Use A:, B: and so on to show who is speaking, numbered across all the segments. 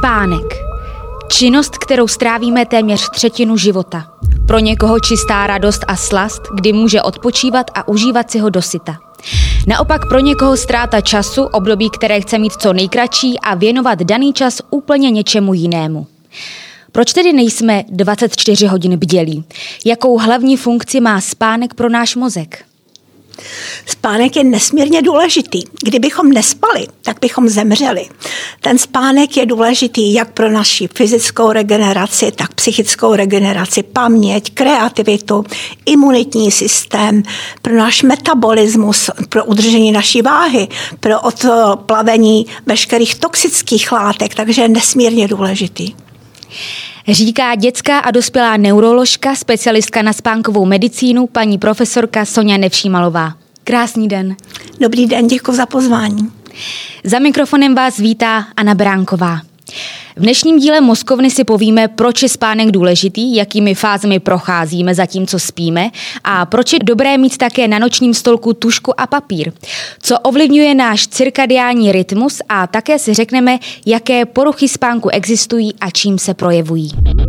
A: Spánek. Činnost, kterou strávíme téměř třetinu života. Pro někoho čistá radost a slast, kdy může odpočívat a užívat si ho dosyta. Naopak pro někoho ztráta času, období, které chce mít co nejkratší a věnovat daný čas úplně něčemu jinému. Proč tedy nejsme 24 hodin bdělí? Jakou hlavní funkci má spánek pro náš mozek?
B: Spánek je nesmírně důležitý. Kdybychom nespali, tak bychom zemřeli. Ten spánek je důležitý jak pro naši fyzickou regeneraci, tak psychickou regeneraci, paměť, kreativitu, imunitní systém, pro náš metabolismus, pro udržení naší váhy, pro odplavení veškerých toxických látek, takže je nesmírně důležitý.
A: Říká dětská a dospělá neuroložka, specialistka na spánkovou medicínu, paní profesorka Soňa Nevšímalová. Krásný den.
B: Dobrý den, děkuji za pozvání.
A: Za mikrofonem vás vítá Anna Bránková. V dnešním díle Mozkovny si povíme, proč je spánek důležitý, jakými fázemi procházíme zatímco spíme a proč je dobré mít také na nočním stolku tužku a papír. Co ovlivňuje náš cirkadiální rytmus a také si řekneme, jaké poruchy spánku existují a čím se projevují.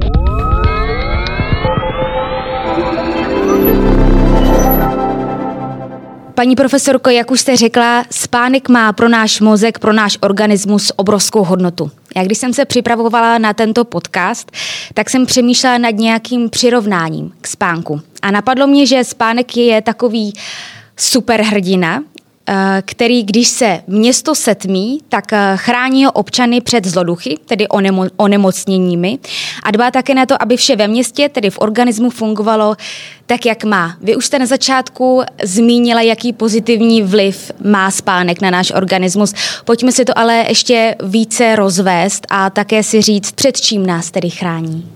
A: Paní profesorko, jak už jste řekla, spánek má pro náš mozek, pro náš organismus obrovskou hodnotu. Já když jsem se připravovala na tento podcast, tak jsem přemýšlela nad nějakým přirovnáním k spánku. A napadlo mě, že spánek je takový superhrdina, který, když se město setmí, tak chrání ho občany před zloduchy, tedy onemocněními a dbá také na to, aby vše ve městě, tedy v organismu, fungovalo tak, jak má. Vy už jste na začátku zmínila, jaký pozitivní vliv má spánek na náš organismus. Pojďme si to ale ještě více rozvést a také si říct, před čím nás tedy chrání.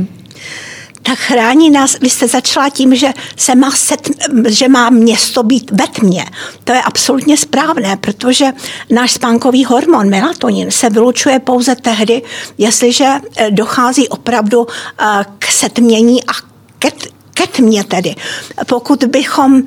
B: Tak chrání nás, vy jste začala tím, že má město být ve tmě. To je absolutně správné, protože náš spánkový hormon melatonin se vylučuje pouze tehdy, jestliže dochází opravdu k setmění a ke tmě tedy. Pokud bychom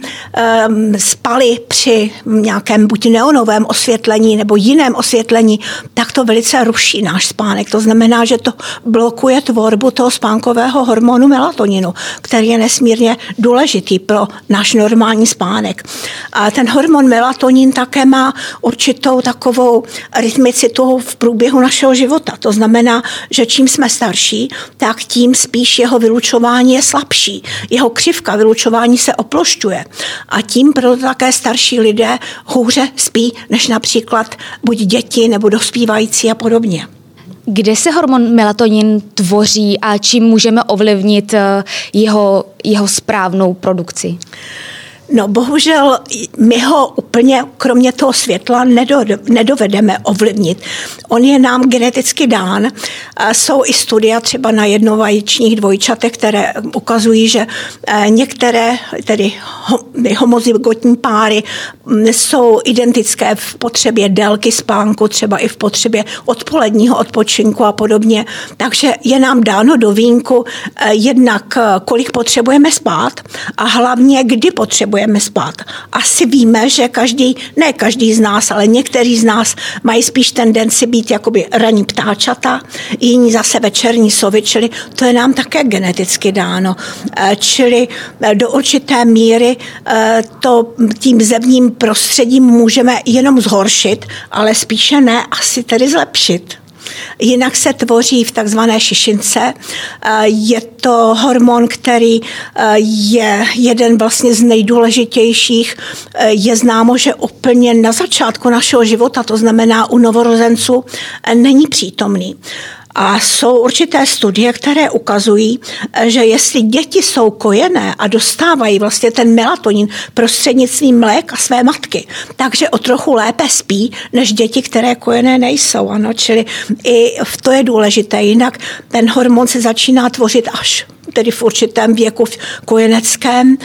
B: spali při nějakém buď neonovém osvětlení nebo jiném osvětlení, tak to velice ruší náš spánek. To znamená, že to blokuje tvorbu toho spánkového hormonu melatoninu, který je nesmírně důležitý pro náš normální spánek. A ten hormon melatonin také má určitou takovou rytmicitu v průběhu našeho života. To znamená, že čím jsme starší, tak tím spíš jeho vylučování je slabší. Jeho křivka vylučování se oplošťuje a tím proto také starší lidé hůře spí, než například buď děti nebo dospívající a podobně.
A: Kde se hormon melatonin tvoří a čím můžeme ovlivnit jeho správnou produkci?
B: No bohužel my ho úplně, kromě toho světla, nedovedeme ovlivnit. On je nám geneticky dán. Jsou i studia třeba na jednovaječních dvojčatech, které ukazují, že některé, tedy homozygotní páry, jsou identické v potřebě délky spánku, třeba i v potřebě odpoledního odpočinku a podobně. Takže je nám dáno do vínku jednak, kolik potřebujeme spát a hlavně, kdy potřebujeme spát. Asi víme, že ne každý z nás, ale někteří z nás mají spíš tendenci být jakoby ranní ptáčata, jiní zase večerní sovy, čili to je nám také geneticky dáno. Čili do určité míry to tím zevním prostředím můžeme jenom zhoršit, ale spíše ne asi tedy zlepšit. Jinak se tvoří v takzvané šišince. Je to hormon, který je jeden vlastně z nejdůležitějších. Je známo, že úplně na začátku našeho života, to znamená u novorozenců, není přítomný. A jsou určité studie, které ukazují, že jestli děti jsou kojené a dostávají vlastně ten melatonin prostřednictvím mléka své matky, takže o trochu lépe spí, než děti, které kojené nejsou. Ano? Čili i to je důležité. Jinak ten hormon se začíná tvořit až tedy v určitém věku kojeneckém,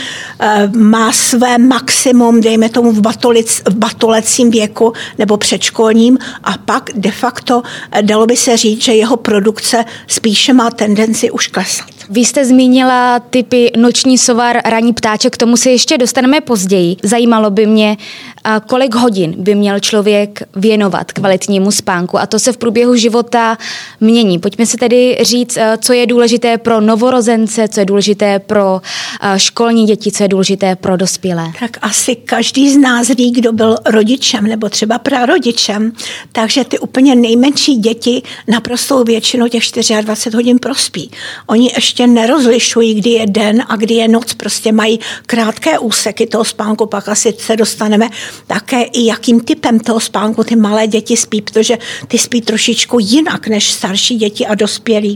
B: má své maximum, dejme tomu v batolecím věku nebo předškolním a pak de facto dalo by se říct, že jeho produkce spíše má tendenci už klesat.
A: Vy jste zmínila typy noční sovar, ranní ptáček, k tomu se ještě dostaneme později. Zajímalo by mě, kolik hodin by měl člověk věnovat kvalitnímu spánku a to se v průběhu života mění. Pojďme si tedy říct, co je důležité pro novorozence, co je důležité pro školní děti, co je důležité pro dospělé.
B: Tak asi každý z nás ví, kdo byl rodičem nebo třeba prarodičem, takže ty úplně nejmenší děti naprostou většinu těch 24 hodin prospí. Oni ještě nerozlišují, kdy je den a kdy je noc, prostě mají krátké úseky toho spánku, pak asi se dostaneme také i jakým typem toho spánku ty malé děti spí, protože ty spí trošičku jinak než starší děti a dospělí.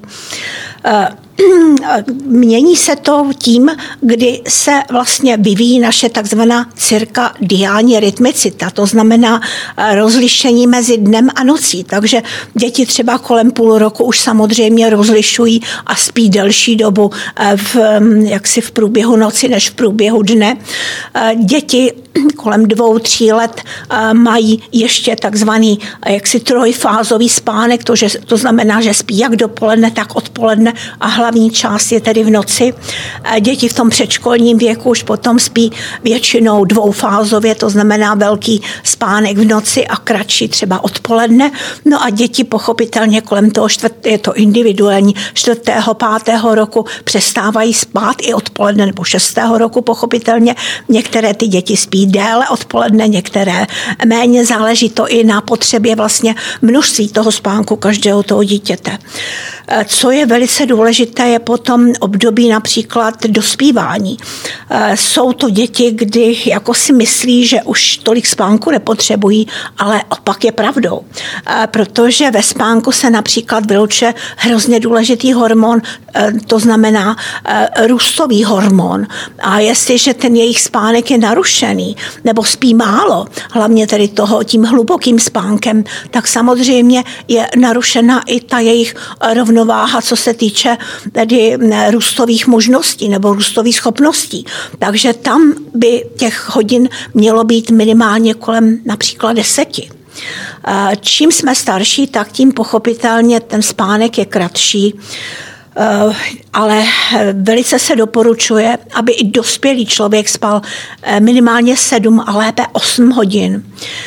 B: Mění se to tím, kdy se vlastně vyvíjí naše takzvaná cirkadiální rytmicita, to znamená rozlišení mezi dnem a nocí. Takže děti třeba kolem půl roku už samozřejmě rozlišují a spí delší dobu jaksi v průběhu noci než v průběhu dne. Děti kolem 2-3 let mají ještě takzvaný jaksi trojfázový spánek, to znamená, že spí jak dopoledne, tak odpoledne a hlavní část je tedy v noci. Děti v tom předškolním věku už potom spí většinou dvoufázově, to znamená velký spánek v noci a kratší třeba odpoledne. No a děti pochopitelně kolem toho je to individuální, 4., 5. roku přestávají spát i odpoledne, nebo 6. roku pochopitelně. Některé ty děti spí déle odpoledne, některé méně, záleží to i na potřebě vlastně množství toho spánku každého toho dítěte. Co je velice důležité, je potom období například dospívání. Jsou to děti, kdy jako si myslí, že už tolik spánku nepotřebují, ale opak je pravdou. Protože ve spánku se například vylučuje hrozně důležitý hormon, to znamená růstový hormon. A jestliže ten jejich spánek je narušený, nebo spí málo, hlavně tedy tím hlubokým spánkem, tak samozřejmě je narušena i ta jejich rovnováha, co se týče tedy růstových možností nebo růstových schopností. Takže tam by těch hodin mělo být minimálně kolem například 10. Čím jsme starší, tak tím pochopitelně ten spánek je kratší, ale velice se doporučuje, aby i dospělý člověk spal minimálně 7 a lépe 8 hodin.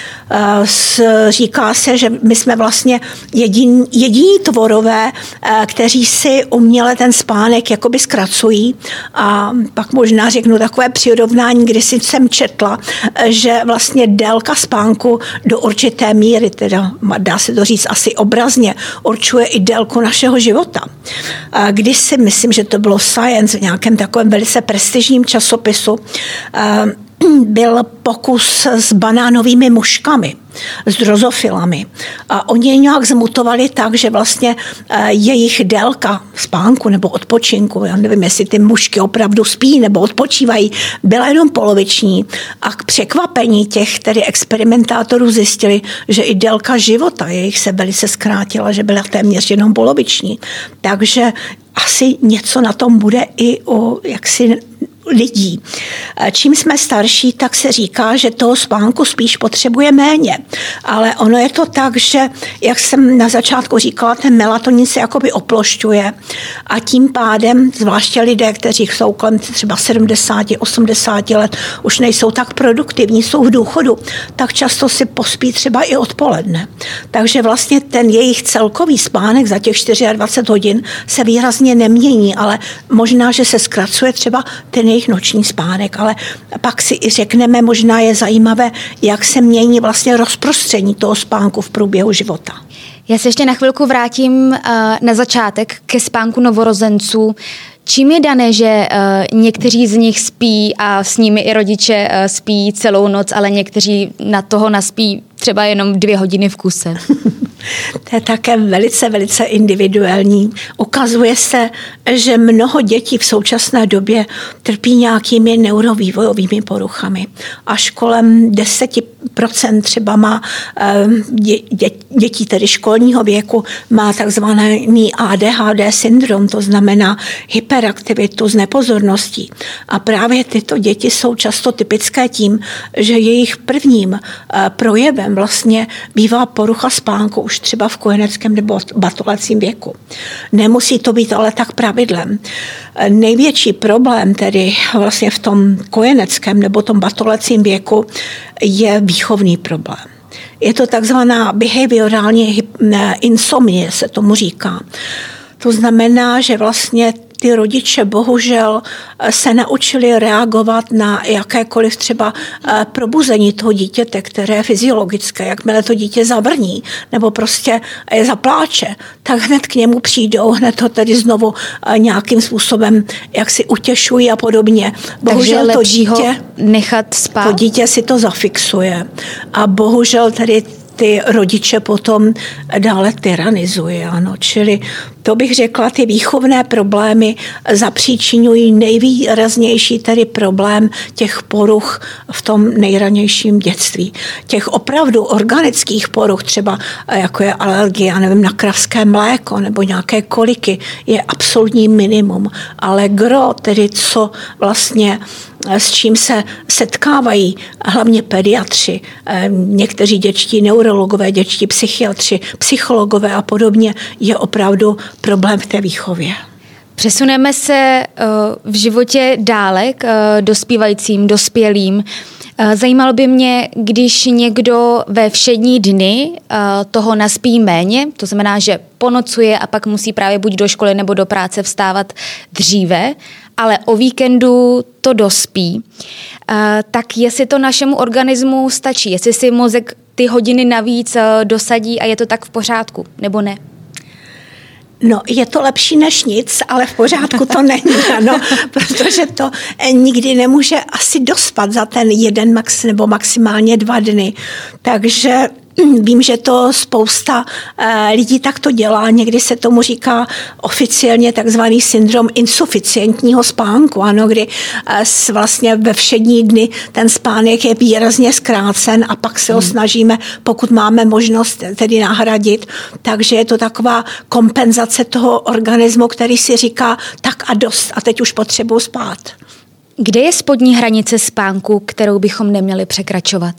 B: Říká se, že my jsme vlastně jediní tvorové, kteří si uměle ten spánek jakoby zkracují. A pak možná řeknu takové přirovnání, kdy jsem četla, že vlastně délka spánku do určité míry, teda dá se to říct asi obrazně, určuje i délku našeho života. Když si myslím, že to bylo Science v nějakém takovém velice prestižním časopisu, byl pokus s banánovými muškami, s drozofilami. A oni je nějak zmutovali tak, že vlastně jejich délka spánku nebo odpočinku, já nevím, jestli ty mušky opravdu spí nebo odpočívají, byla jenom poloviční. A k překvapení těch tedy experimentátorů zjistili, že i délka života jejich se velice zkrátila, že byla téměř jenom poloviční. Takže asi něco na tom bude i o jaksi lidí. Čím jsme starší, tak se říká, že toho spánku spíš potřebuje méně. Ale ono je to tak, že, jak jsem na začátku říkala, ten melatonin se jakoby oplošťuje a tím pádem, zvláště lidé, kteří jsou kolem třeba 70, 80 let, už nejsou tak produktivní, jsou v důchodu, tak často si pospí třeba i odpoledne. Takže vlastně ten jejich celkový spánek za těch 24 hodin se výrazně nemění, ale možná, že se zkracuje třeba ten jejich noční spánek, ale pak si i řekneme, možná je zajímavé, jak se mění vlastně rozprostření toho spánku v průběhu života.
A: Já se ještě na chvilku vrátím na začátek ke spánku novorozenců. Čím je dané, že někteří z nich spí a s nimi i rodiče spí celou noc, ale někteří na toho naspí třeba jenom 2 hodiny v kuse?
B: To je také velice, velice individuální. Ukazuje se, že mnoho dětí v současné době trpí nějakými neurovývojovými poruchami. Až kolem 10 10% třeba má dětí tedy školního věku má takzvaný ADHD syndrom, to znamená hyperaktivitu s nepozorností. A právě tyto děti jsou často typické tím, že jejich prvním projevem vlastně bývá porucha spánku už třeba v kojeneckém nebo batolecím věku. Nemusí to být ale tak pravidlem. Největší problém tedy vlastně v tom kojeneckém nebo tom batolecím věku je výchovný problém. Je to takzvaná behaviorální insomnie, se tomu říká. To znamená, že vlastně ty rodiče bohužel se naučili reagovat na jakékoliv třeba probuzení toho dítěte, které je fyziologické. Jakmile to dítě zavrní nebo prostě je zapláče, tak hned k němu přijdou, hned ho tedy znovu nějakým způsobem jak si utěšují a podobně.
A: Bohužel takže to dítě nechat spát.
B: To dítě si to zafixuje a bohužel tedy ty rodiče potom dále tyranizují. Ano. Čili to bych řekla, ty výchovné problémy zapříčiňují nejvýraznější tedy problém těch poruch v tom nejranějším dětství. Těch opravdu organických poruch, třeba jako je alergie, nevím, na kravské mléko nebo nějaké koliky, je absolutní minimum. Ale gro, tedy co vlastně s čím se setkávají hlavně pediatři, někteří dětští neurologové, dětští psychiatři, psychologové a podobně, je opravdu problém v té výchově.
A: Přesuneme se v životě dále k dospívajícím, dospělým. Zajímalo by mě, když někdo ve všední dny toho naspí méně, to znamená, že ponocuje a pak musí právě buď do školy nebo do práce vstávat dříve, ale o víkendu to dospí, tak jestli to našemu organismu stačí, jestli si mozek ty hodiny navíc dosadí a je to tak v pořádku, nebo ne?
B: No, je to lepší než nic, ale v pořádku to není, ano, protože to nikdy nemůže asi dospat za ten jeden max nebo maximálně 2 dny. Takže vím, že to spousta lidí takto dělá. Někdy se tomu říká oficiálně takzvaný syndrom insuficientního spánku, ano, kdy vlastně ve všední dny ten spánek je výrazně zkrácen a pak se ho snažíme, pokud máme možnost tedy nahradit. Takže je to taková kompenzace toho organismu, který si říká tak a dost a teď už potřebuji spát.
A: Kde je spodní hranice spánku, kterou bychom neměli překračovat?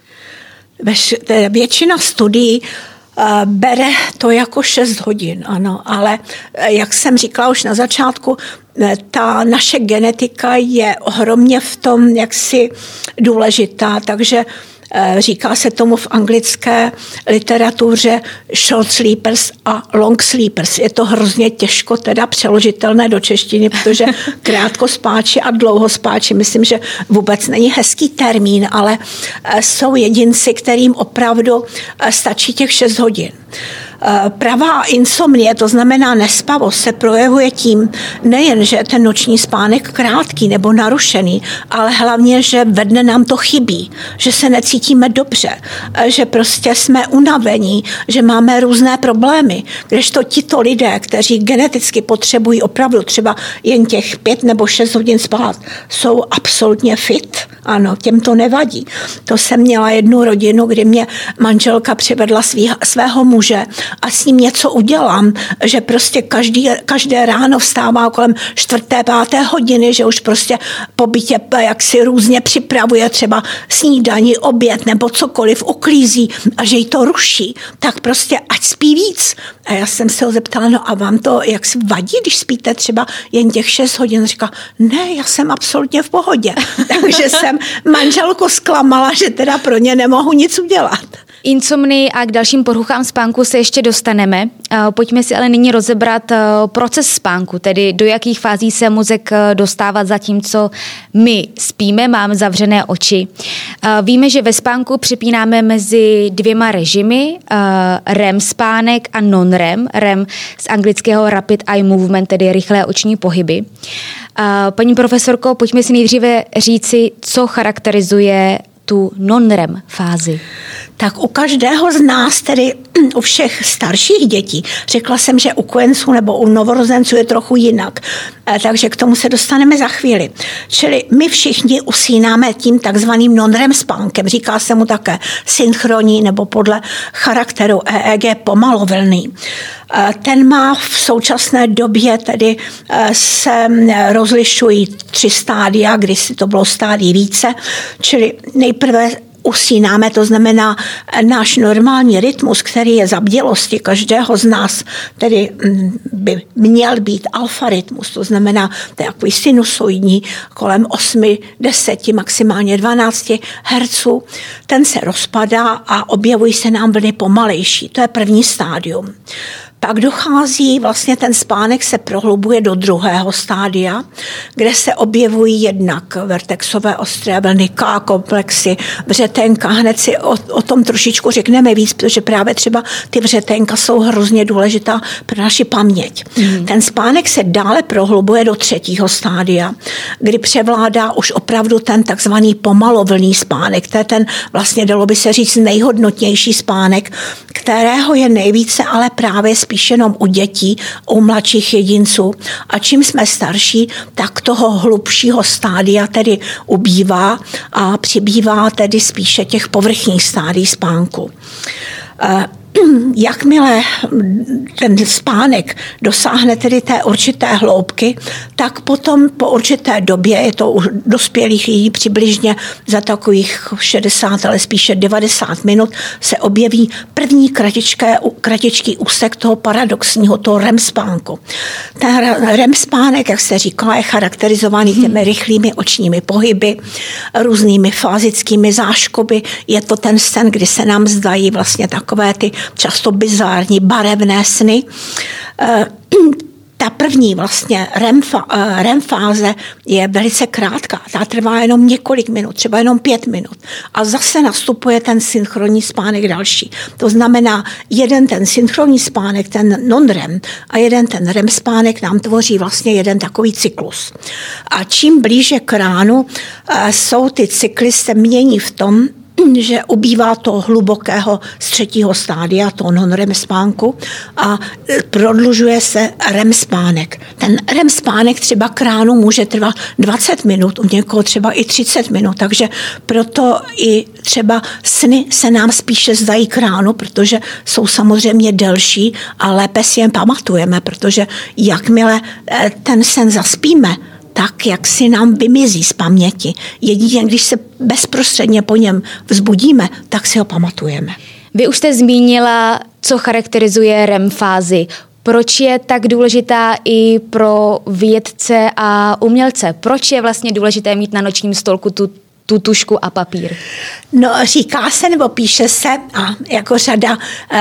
B: Většina studií bere to jako 6 hodin, ano, ale jak jsem říkala už na začátku, ta naše genetika je ohromně v tom jaksi důležitá, takže říká se tomu v anglické literatuře short sleepers a long sleepers. Je to hrozně těžko teda přeložitelné do češtiny, protože krátkospáči a dlouhospáči, myslím, že vůbec není hezký termín, ale jsou jedinci, kterým opravdu stačí těch 6 hodin. Pravá insomnie, to znamená nespavost, se projevuje tím nejen, že je ten noční spánek krátký nebo narušený, ale hlavně, že ve dne nám to chybí, že se necítíme dobře, že prostě jsme unavení, že máme různé problémy. Kdežto tito lidé, kteří geneticky potřebují opravdu třeba jen těch 5 nebo 6 hodin spát, jsou absolutně fit. Ano, těm to nevadí. To jsem měla jednu rodinu, kdy mě manželka přivedla svého muže a s ním něco udělám, že prostě každé ráno vstává kolem 4., 5. hodiny, že už prostě po bytě jak si různě připravuje třeba snídani, oběd nebo cokoliv, uklízí a že jí to ruší, tak prostě ať spí víc. A já jsem se ho zeptala, no a vám to jak si vadí, když spíte třeba jen těch 6 hodin? Říká, ne, já jsem absolutně v pohodě. Takže jsem manželku zklamala, že teda pro ně nemohu nic udělat.
A: Insomnii a k dalším poruchám spánku se ještě dostaneme. Pojďme si ale nyní rozebrat proces spánku, tedy do jakých fází se mozek dostává zatímco my spíme, máme zavřené oči. Víme, že ve spánku přepínáme mezi 2 režimy, REM spánek a non-REM, REM z anglického Rapid Eye Movement, tedy rychlé oční pohyby. Paní profesorko, pojďme si nejdříve říci, co charakterizuje tu non-REM fázi?
B: Tak u každého z nás, tedy u všech starších dětí, řekla jsem, že u kojenců nebo u novorozenců je trochu jinak. Takže k tomu se dostaneme za chvíli. Čili my všichni usínáme tím takzvaným non-REM spánkem. Říká se mu také synchronní nebo podle charakteru EEG pomalovlný. Ten má v současné době tedy se rozlišují 3 stádia, kdysi to bylo stádii více, čili nejprve usínáme, to znamená náš normální rytmus, který je za bdělosti každého z nás, tedy by měl být alfa rytmus, to znamená takový sinusoidní kolem 8, 10, maximálně 12 herců. Ten se rozpadá a objevují se nám vlny pomalejší. To je první stádium. Pak dochází, vlastně ten spánek se prohlubuje do druhého stádia, kde se objevují jednak vertexové ostré vlny, K-komplexy, vřetenka. Hned si o tom trošičku řekneme víc, protože právě třeba ty vřetenka jsou hrozně důležitá pro naši paměť. Ten spánek se dále prohlubuje do třetího stádia, kdy převládá už opravdu ten takzvaný pomalovlný spánek. To je ten vlastně, dalo by se říct, nejhodnotnější spánek, kterého je nejvíce ale právě spíš jenom u dětí, u mladších jedinců. A čím jsme starší, tak toho hlubšího stádia tedy ubývá a přibývá tedy spíše těch povrchních stádií spánku. Jakmile ten spánek dosáhne tedy té určité hloubky, tak potom po určité době, je to u dospělých lidí přibližně za takových 60, ale spíše 90 minut, se objeví první kratičký úsek toho paradoxního, toho REM spánku. Ten REM spánek, jak se říkala, je charakterizovaný těmi rychlými očními pohyby, různými fázickými záškoby. Je to ten sen, kdy se nám zdají vlastně takové ty často bizární barevné sny. Ta první vlastně REM fáze je velice krátká. Ta trvá jenom několik minut, třeba jenom 5 minut. A zase nastupuje ten synchronní spánek další. To znamená, jeden ten synchronní spánek, ten non-REM a jeden ten REM spánek nám tvoří vlastně jeden takový cyklus. A čím blíže k ránu jsou ty cykly, se mění v tom, že ubývá to hlubokého z třetího stádia, toho non-REM spánku a prodlužuje se REM spánek. Ten REM spánek třeba k ránu může trvat 20 minut, u někoho třeba i 30 minut, takže proto i třeba sny se nám spíše zdají k ránu, protože jsou samozřejmě delší a lépe si je pamatujeme, protože jakmile ten sen zaspíme, tak, jak si nám vymizí z paměti. Jedině, když se bezprostředně po něm vzbudíme, tak si ho pamatujeme.
A: Vy už jste zmínila, co charakterizuje REM fázi. Proč je tak důležitá i pro vědce a umělce? Proč je vlastně důležité mít na nočním stolku tu tužku a papír?
B: No, říká se nebo píše se, a jako řada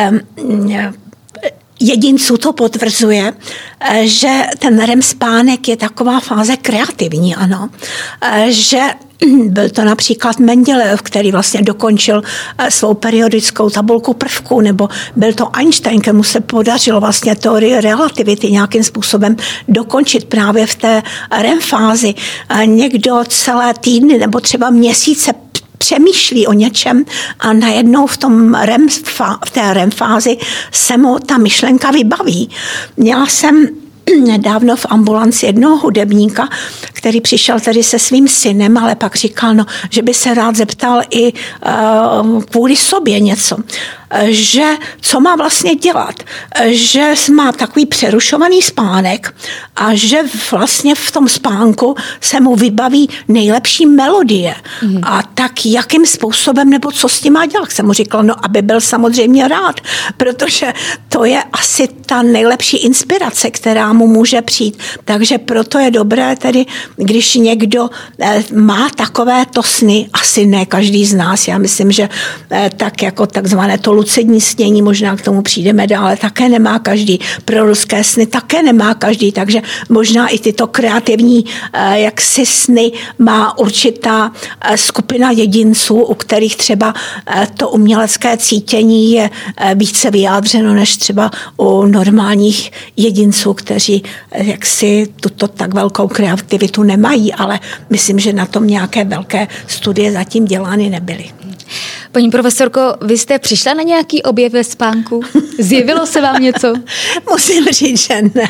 B: jedinců to potvrzuje, že ten REM spánek je taková fáze kreativní, ano. Že byl to například Mendelejev, který vlastně dokončil svou periodickou tabulku prvků, nebo byl to Einstein, kterému se podařilo vlastně teorii relativity nějakým způsobem dokončit právě v té REM fázi. Někdo celé týdny nebo třeba měsíce přemýšlí o něčem a najednou v té REM fázi se mu ta myšlenka vybaví. Měla jsem nedávno v ambulanci jednoho hudebníka, který přišel tedy se svým synem, ale pak říkal, že by se rád zeptal i kvůli sobě něco. Že co má vlastně dělat, že má takový přerušovaný spánek a že vlastně v tom spánku se mu vybaví nejlepší melodie. A tak jakým způsobem nebo co s tím má dělat? Jsem mu říkal, aby byl samozřejmě rád, protože to je asi ta nejlepší inspirace, která mu může přijít. Takže proto je dobré tedy, když někdo má takovéto sny, asi ne každý z nás, já myslím, že tak jako takzvané to lucidní snění, možná k tomu přijdeme dále, také nemá každý. Prorocské sny také nemá každý, takže možná i tyto kreativní jaksi sny má určitá skupina jedinců, u kterých třeba to umělecké cítění je více vyjádřeno než třeba u normálních jedinců, kteří jaksi tuto tak velkou kreativitu nemají, ale myslím, že na tom nějaké velké studie zatím dělány nebyly.
A: Paní profesorko, vy jste přišla na nějaký objev ve spánku? Zjevilo se vám něco?
B: Musím říct, že ne.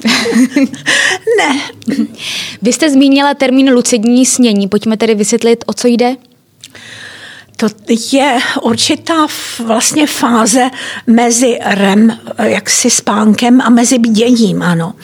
B: Ne.
A: Vy jste zmínila termín lucidní snění. Pojďme tedy vysvětlit, o co jde?
B: To je určitá vlastně fáze mezi REM, jaksi spánkem, a mezi bděním, ano.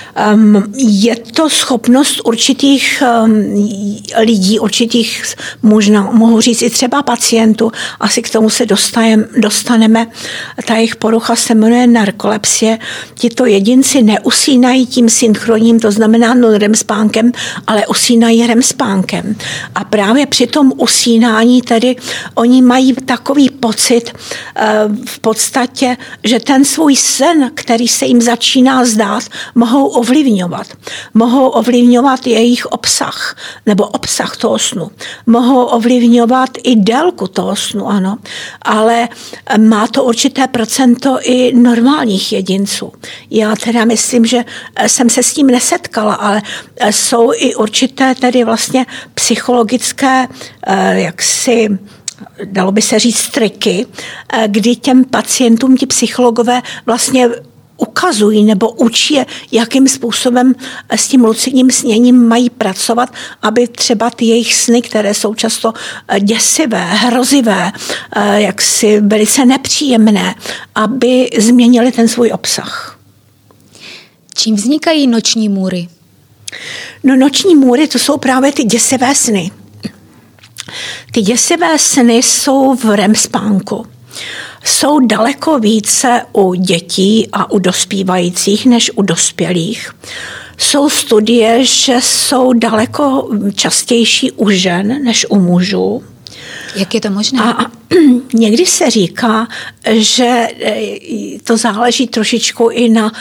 B: Je to schopnost určitých lidí, určitých, možná mohu říct i třeba pacientů, asi k tomu se dostaneme, ta jejich porucha se jmenuje narkolepsie. Tito jedinci neusínají tím synchronním, to znamená non-REM spánkem, ale usínají REM spánkem. A právě při tom usínání tedy oni mají takový pocit v podstatě, že ten svůj sen, který se jim začíná zdát, mohou ovlivňovat. Mohou ovlivňovat jejich obsah, nebo obsah toho snu. Mohou ovlivňovat i délku toho snu, ano. Ale má to určité procento i normálních jedinců. Já teda myslím, že jsem se s tím nesetkala, ale jsou i určité tedy vlastně psychologické jaksi dalo by se říct triky, kdy těm pacientům ti psychologové vlastně ukazují nebo učí, jakým způsobem s tím lucidním sněním mají pracovat, aby třeba ty jejich sny, které jsou často děsivé, hrozivé, jaksi velice nepříjemné, aby změnili ten svůj obsah.
A: Čím vznikají noční můry?
B: No, noční můry, to jsou právě ty děsivé sny. Ty děsivé sny jsou v REM spánku. Jsou daleko více u dětí a u dospívajících než u dospělých. Jsou studie, že jsou daleko častější u žen než u mužů.
A: Jak je to možné?
B: A někdy se říká, že to záleží trošičku i na,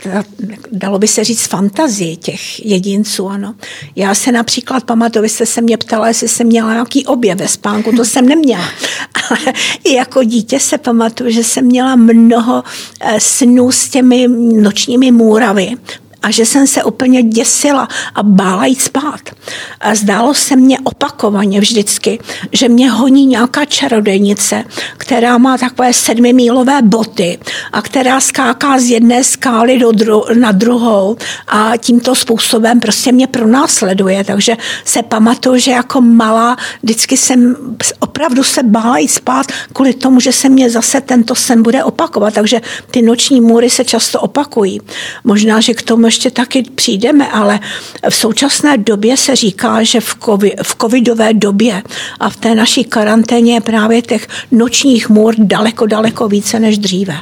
B: dalo by se říct, fantazii těch jedinců, ano. Já se například pamatuju, vy jste se mě ptala, jestli jsem měla nějaký objev ve spánku, to jsem neměla. Ale jako dítě se pamatuju, že jsem měla mnoho snů s těmi nočními můravy. A že jsem se úplně děsila a bála jít spát. A zdálo se mně opakovaně vždycky, že mě honí nějaká čarodejnice, která má takové 7mílové boty a která skáká z jedné skály na druhou a tímto způsobem prostě mě pronásleduje. Takže se pamatuju, že jako malá vždycky jsem opravdu se bála jít spát kvůli tomu, že se mě zase tento sen bude opakovat. Takže ty noční můry se často opakují. Možná, že k tomu ještě taky přijdeme, ale v současné době se říká, že v covidové době a v té naší karanténě je právě těch nočních můr daleko více než dříve.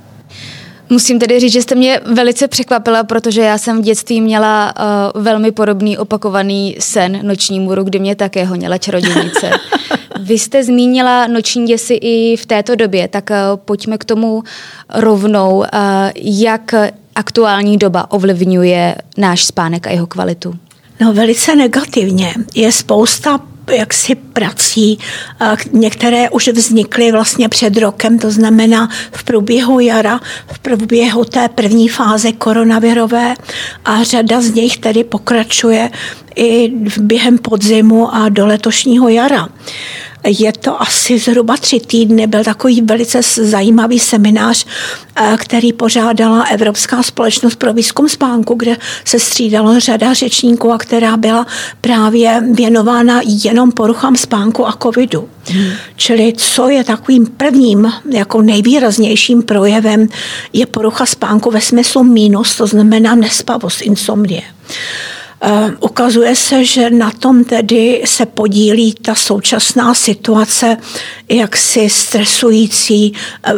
A: Musím tedy říct, že jste mě velice překvapila, protože já jsem v dětství měla velmi podobný opakovaný sen noční můru, kdy mě také honila čarodějnice. Vy jste zmínila noční děsy i v této době, tak pojďme k tomu rovnou, jak aktuální doba ovlivňuje náš spánek a jeho kvalitu.
B: No, velice negativně. Je spousta jaksi prací, některé už vznikly vlastně před rokem, to znamená v průběhu jara, v průběhu té první fáze koronavirové a řada z nich tedy pokračuje i během podzimu a do letošního jara. Je to asi zhruba 3 týdny, byl takový velice zajímavý seminář, který pořádala Evropská společnost pro výzkum spánku, kde se střídalo řada řečníků a která byla právě věnována jenom poruchám spánku a covidu. Čili co je takovým prvním, jako nejvýraznějším projevem, je porucha spánku ve smyslu mínus, to znamená nespavost, insomnie. Ukazuje se, že na tom tedy se podílí ta současná situace jaksi stresující,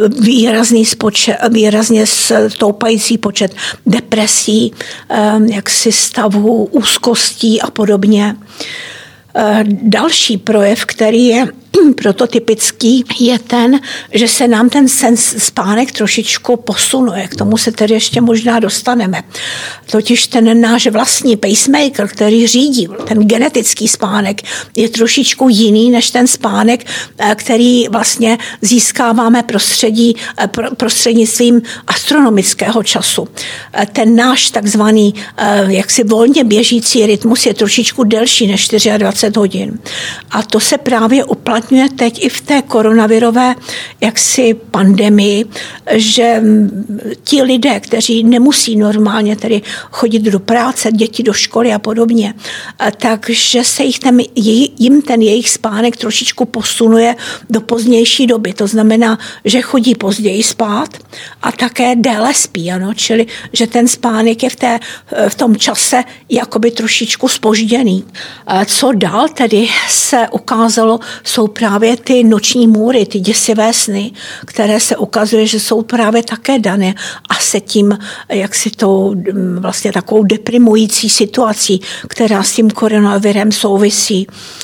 B: výrazně stoupající počet depresí, jaksi stavů, úzkostí a podobně. Další projev, který je prototypický, je ten, že se nám ten spánek trošičku posunuje. K tomu se tedy ještě možná dostaneme. Totiž ten náš vlastní pacemaker, který řídí ten genetický spánek, je trošičku jiný než ten spánek, který vlastně získáváme prostřednictvím astronomického času. Ten náš takzvaný jaksi volně běžící rytmus je trošičku delší než 24 hodin. A to se právě uplatňuje teď i v té koronavirové jaksi pandemii, že ti lidé, kteří nemusí normálně tedy chodit do práce, děti do školy a podobně, takže se jim ten jejich spánek trošičku posunuje do pozdější doby. To znamená, že chodí později spát a také déle spí, ano? Čili že ten spánek je v tom čase jakoby trošičku zpožděný. Co dál tedy se ukázalo, jsou právě ty noční můry, ty děsivé sny, které se ukazuje, že jsou právě také dané a se tím, jak si tou vlastně takovou deprimující situací, která s tím koronavirem souvisí.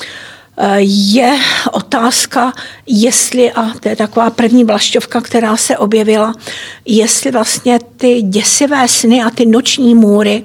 B: Je otázka, jestli, a to je taková první vlašťovka, která se objevila, jestli vlastně ty děsivé sny a ty noční můry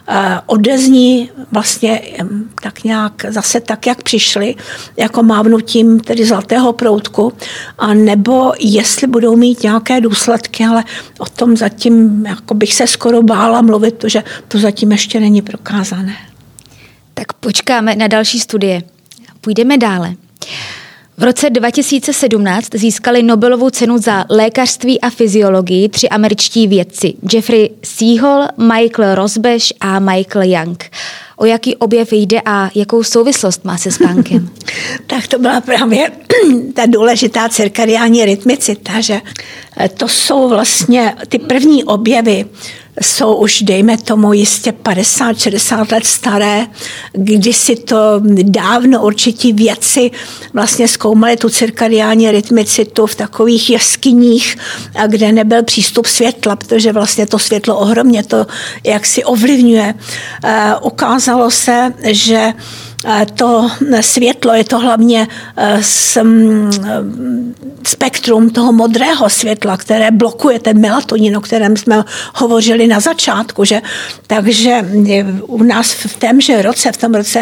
B: odezní vlastně tak nějak zase tak, jak přišly, jako mávnutím tedy zlatého proutku, a nebo jestli budou mít nějaké důsledky, ale o tom zatím jako bych se skoro bála mluvit, protože to zatím ještě není prokázané.
A: Tak počkáme na další studie. Půjdeme dále. V roce 2017 získali Nobelovu cenu za lékařství a fyziologii 3 američtí vědci Jeffrey Seahol, Michael Rosbash a Michael Young. O jaký objev jde a jakou souvislost má se spánkem?
B: Tak to byla právě ta důležitá cirkadiální rytmicita, že to jsou vlastně ty první objevy, jsou už, dejme tomu, jistě 50-60 let staré, kdy si to dávno určití vědci vlastně zkoumali tu cirkadiální rytmicitu v takových jeskyních, kde nebyl přístup světla, protože vlastně to světlo ohromně to jaksi ovlivňuje. Ukázalo se, že to světlo je to hlavně spektrum toho modrého světla, které blokuje ten melatonin, o kterém jsme hovořili na začátku. Že? Takže u nás v tom roce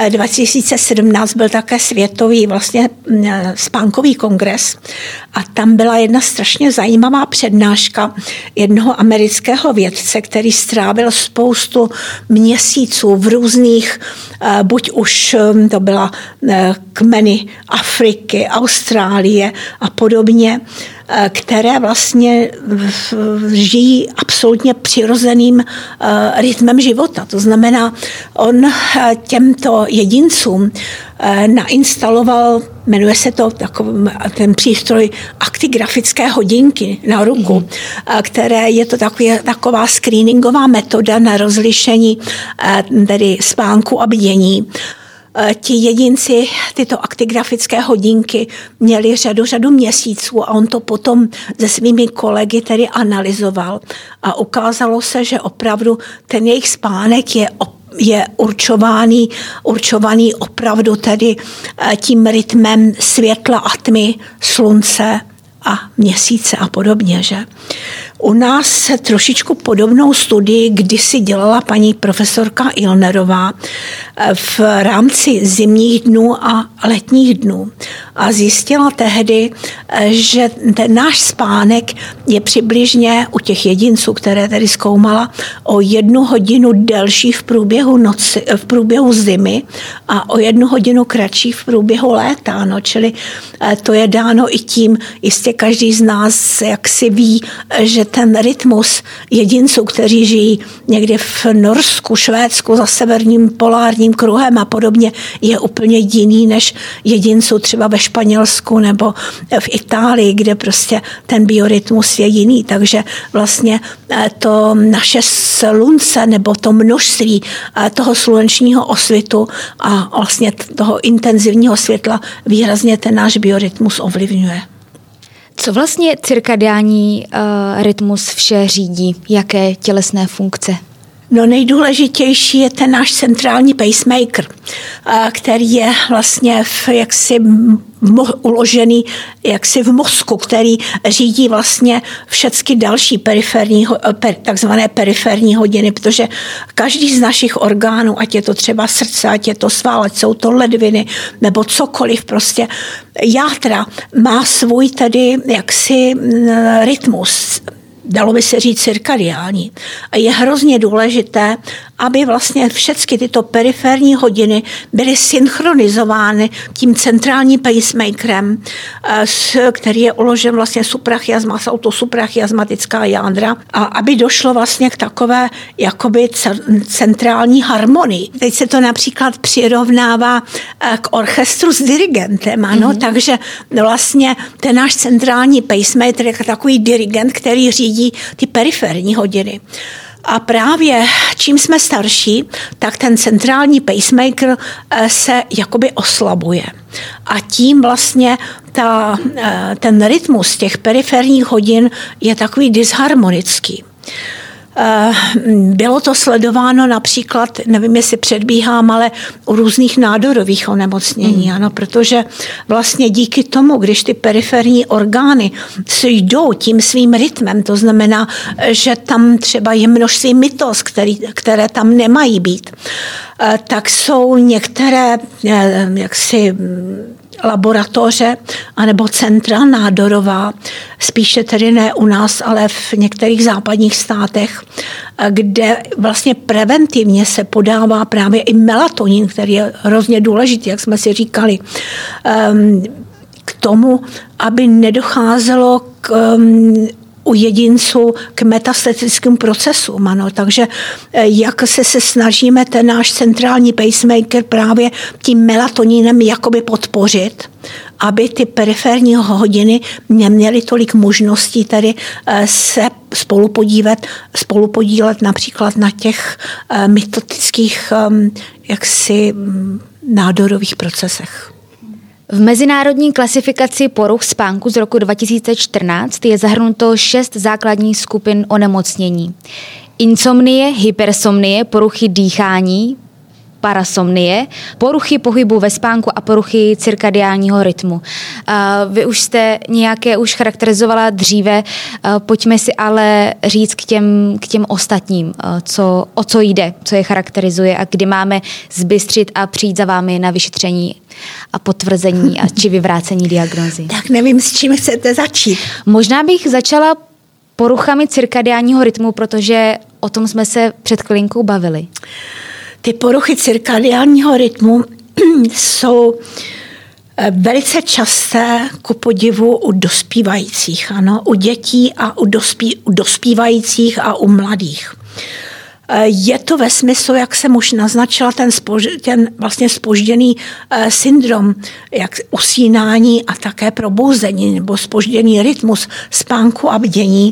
B: 2017 byl také světový vlastně spánkový kongres a tam byla jedna strašně zajímavá přednáška jednoho amerického vědce, který strávil spoustu měsíců v různých, buď už to byla kmeny Afriky, Austrálie a podobně, které vlastně žijí absolutně přirozeným rytmem života. To znamená, on těmto jedincům nainstaloval, jmenuje se to ten přístroj aktigrafické hodinky na ruku, které je to taková screeningová metoda na rozlišení tedy spánku a bdění. Ti jedinci tyto aktigrafické hodinky měli řadu měsíců a on to potom se svými kolegy tedy analyzoval a ukázalo se, že opravdu ten jejich spánek je určovaný opravdu tedy tím rytmem světla a tmy, slunce a měsíce a podobně, že? U nás se trošičku podobnou studii kdysi dělala paní profesorka Ilnerová v rámci zimních dnů a letních dnů. A zjistila tehdy, že ten náš spánek je přibližně u těch jedinců, které tedy zkoumala, o 1 hodinu delší v průběhu zimy a o 1 hodinu kratší v průběhu léta. No, čili to je dáno i tím, jistě každý z nás jak si ví, že ten rytmus jedinců, kteří žijí někde v Norsku, Švédsku, za severním polárním kruhem a podobně, je úplně jiný než jedinců třeba ve Španělsku nebo v Itálii, kde prostě ten biorytmus je jiný. Takže vlastně to naše slunce nebo to množství toho slunečního osvitu a vlastně toho intenzivního světla výrazně ten náš biorytmus ovlivňuje.
A: Co vlastně cirkadiální rytmus vše řídí? Jaké tělesné funkce?
B: No nejdůležitější je ten náš centrální pacemaker, který je vlastně uložený jaksi v mozku, který řídí vlastně všechny další takzvané periferní hodiny, protože každý z našich orgánů, ať je to třeba srdce, ať je to sval, ať jsou to ledviny, nebo cokoliv prostě, játra má svůj tedy jaksi rytmus, dalo by se říct cirkadiální. A je hrozně důležité, aby vlastně všechny tyto periferní hodiny byly synchronizovány tím centrálním pacemakerem, který je uložen vlastně suprachiasma, jsou to suprachiasmatická jádra, a aby došlo vlastně k takové jakoby centrální harmonii. Teď se to například přirovnává k orchestru s dirigentem, ano, takže vlastně ten náš centrální pacemaker je takový dirigent, který řídí ty periferní hodiny. A právě čím jsme starší, tak ten centrální pacemaker se jakoby oslabuje. A tím vlastně ten rytmus těch periferních hodin je takový disharmonický. Bylo to sledováno například, nevím, jestli předbíhám, ale u různých nádorových onemocnění, ano, protože vlastně díky tomu, když ty periferní orgány si jdou tím svým rytmem, to znamená, že tam třeba je množství mitóz, které tam nemají být, tak jsou některé jaksi laboratoře anebo centra nádorová, spíše tedy ne u nás, ale v některých západních státech, kde vlastně preventivně se podává právě i melatonin, který je hrozně důležitý, jak jsme si říkali, k tomu, aby nedocházelo u jedinců k metastatickým procesům. Ano. Takže jak se snažíme ten náš centrální pacemaker právě tím melatoninem jakoby podpořit, aby ty periferní hodiny neměly tolik možností tady se spolupodílet například na těch mitotických jaksi nádorových procesech.
A: V mezinárodní klasifikaci poruch spánku z roku 2014 je zahrnuto 6 základních skupin onemocnění. Insomnie, hypersomnie, poruchy dýchání, parasomnie, poruchy pohybu ve spánku a poruchy cirkadiálního rytmu. Vy už jste nějaké už charakterizovala dříve, pojďme si ale říct k těm ostatním, o co jde, co je charakterizuje a kdy máme zbystřit a přijít za vámi na vyšetření a potvrzení či vyvrácení diagnózy.
B: Tak nevím, s čím chcete začít.
A: Možná bych začala poruchami cirkadiálního rytmu, protože o tom jsme se před chvilinkou bavili.
B: Ty poruchy cirkadiálního rytmu jsou velice časté ku podivu u dospívajících, ano, u dětí a u dospívajících a u mladých. Je to ve smyslu, jak jsem už naznačila, ten vlastně zpožděný syndrom, jak usínání a také probouzení nebo zpožděný rytmus spánku a bdění.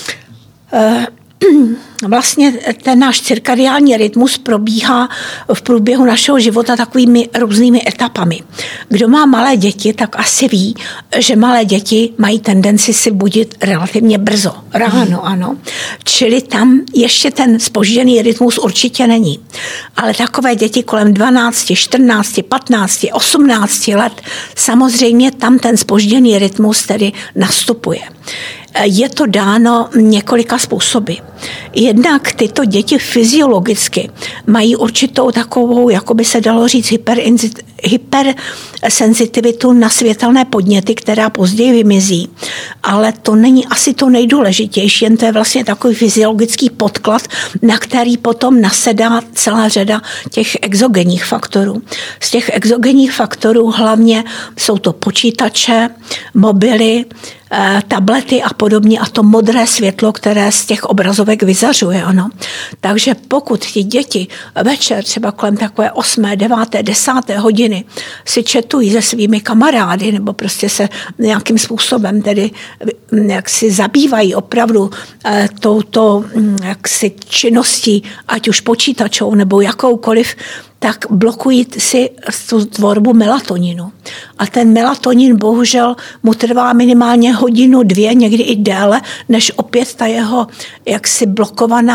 B: Vlastně ten náš cirkadiální rytmus probíhá v průběhu našeho života takovými různými etapami. Kdo má malé děti, tak asi ví, že malé děti mají tendenci si budit relativně brzo, ráno, ano. Čili tam ještě ten zpožděný rytmus určitě není. Ale takové děti kolem 12, 14, 15, 18 let, samozřejmě tam ten zpožděný rytmus tedy nastupuje. Je to dáno několika způsoby. Jednak tyto děti fyziologicky mají určitou takovou, jako by se dalo říct, hypersenzitivitu na světelné podněty, která později vymizí. Ale to není asi to nejdůležitější, jen to je vlastně takový fyziologický podklad, na který potom nasedá celá řada těch exogenních faktorů. Z těch exogenních faktorů hlavně jsou to počítače, mobily, tablety a podobně a to modré světlo, které z těch obrazovek vyzařuje. Ano. Takže pokud ti děti večer třeba kolem takové 8., 9., 10. hodiny si četují se svými kamarády nebo prostě se nějakým způsobem tedy jak si zabývají opravdu touto jaksi činností, ať už počítačou nebo jakoukoliv, tak blokují si tu tvorbu melatoninu. A ten melatonin bohužel mu trvá minimálně 1, 2 hodiny, někdy i déle, než opět ta jeho jaksi blokovaná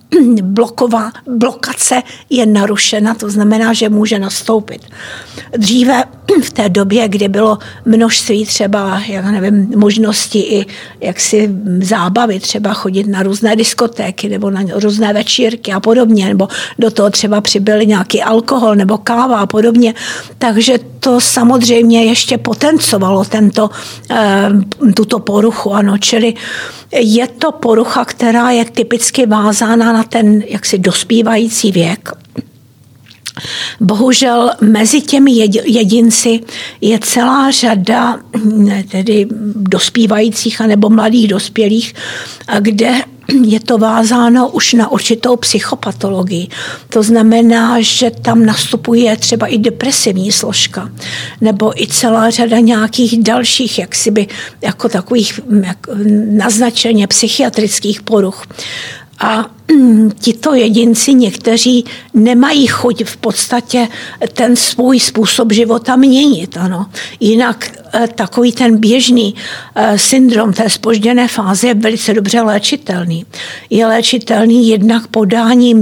B: blokace je narušena, to znamená, že může nastoupit. Dříve v té době, kdy bylo množství třeba, možnosti i jaksi zábavy, třeba chodit na různé diskotéky nebo na různé večírky a podobně, nebo do toho třeba přibyl nějaký alkohol nebo káva a podobně, takže to samozřejmě ještě potencovalo tuto poruchu, ano, čili je to porucha, která je typicky vázána na ten jaksi dospívající věk. Bohužel mezi těmi jedinci je celá řada tedy dospívajících anebo mladých dospělých, kde je to vázáno už na určitou psychopatologii. To znamená, že tam nastupuje třeba i depresivní složka, nebo i celá řada nějakých dalších, jako takových naznačeně psychiatrických poruch. A tito jedinci někteří nemají chuť v podstatě ten svůj způsob života měnit. Ano. Jinak takový ten běžný syndrom té zpožděné fáze je velice dobře léčitelný. Je léčitelný jednak podáním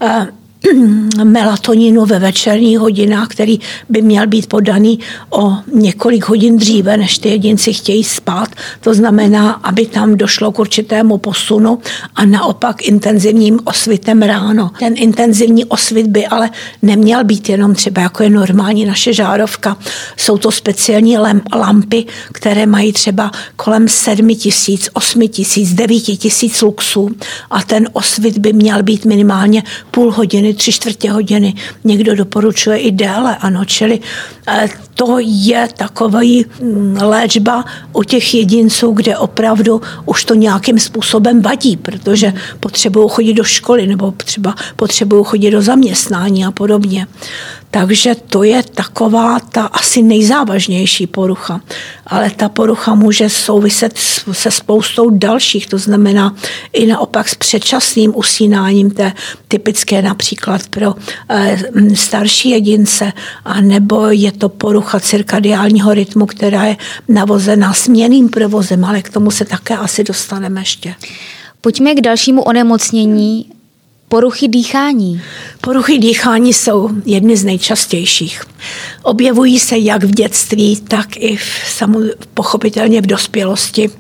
B: melatoninu ve večerních hodinách, který by měl být podaný o několik hodin dříve, než ty jedinci chtějí spát. To znamená, aby tam došlo k určitému posunu a naopak intenzivním osvitem ráno. Ten intenzivní osvit by ale neměl být jenom třeba jako je normální naše žárovka. Jsou to speciální lampy, které mají třeba kolem 7 000, 8 000, 9 000 luxů a ten osvit by měl být minimálně půl hodiny, 3/4 hodiny. Někdo doporučuje i déle, ano, čili to je takový léčba u těch jedinců, kde opravdu už to nějakým způsobem vadí, protože potřebují chodit do školy nebo třeba potřebují chodit do zaměstnání a podobně. Takže to je taková ta asi nejzávažnější porucha. Ale ta porucha může souviset se spoustou dalších, to znamená i naopak s předčasným usínáním, té typické například pro starší jedince, a nebo je to porucha cirkadiálního rytmu, která je navozená směnným provozem, ale k tomu se také asi dostaneme ještě.
A: Pojďme k dalšímu onemocnění. Poruchy dýchání.
B: Poruchy dýchání jsou jedny z nejčastějších. Objevují se jak v dětství, tak i pochopitelně v dospělosti.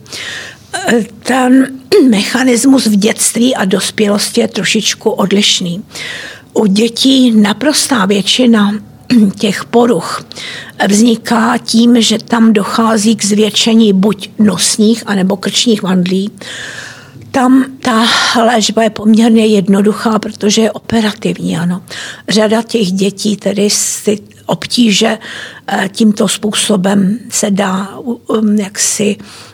B: Ten mechanismus v dětství a dospělosti je trošičku odlišný. U dětí naprostá většina těch poruch vzniká tím, že tam dochází k zvětšení buď nosních anebo krčních mandlí. Tam ta léčba je poměrně jednoduchá, protože je operativní. Ano. Řada těch dětí tedy si obtíže tímto způsobem se dá jaksi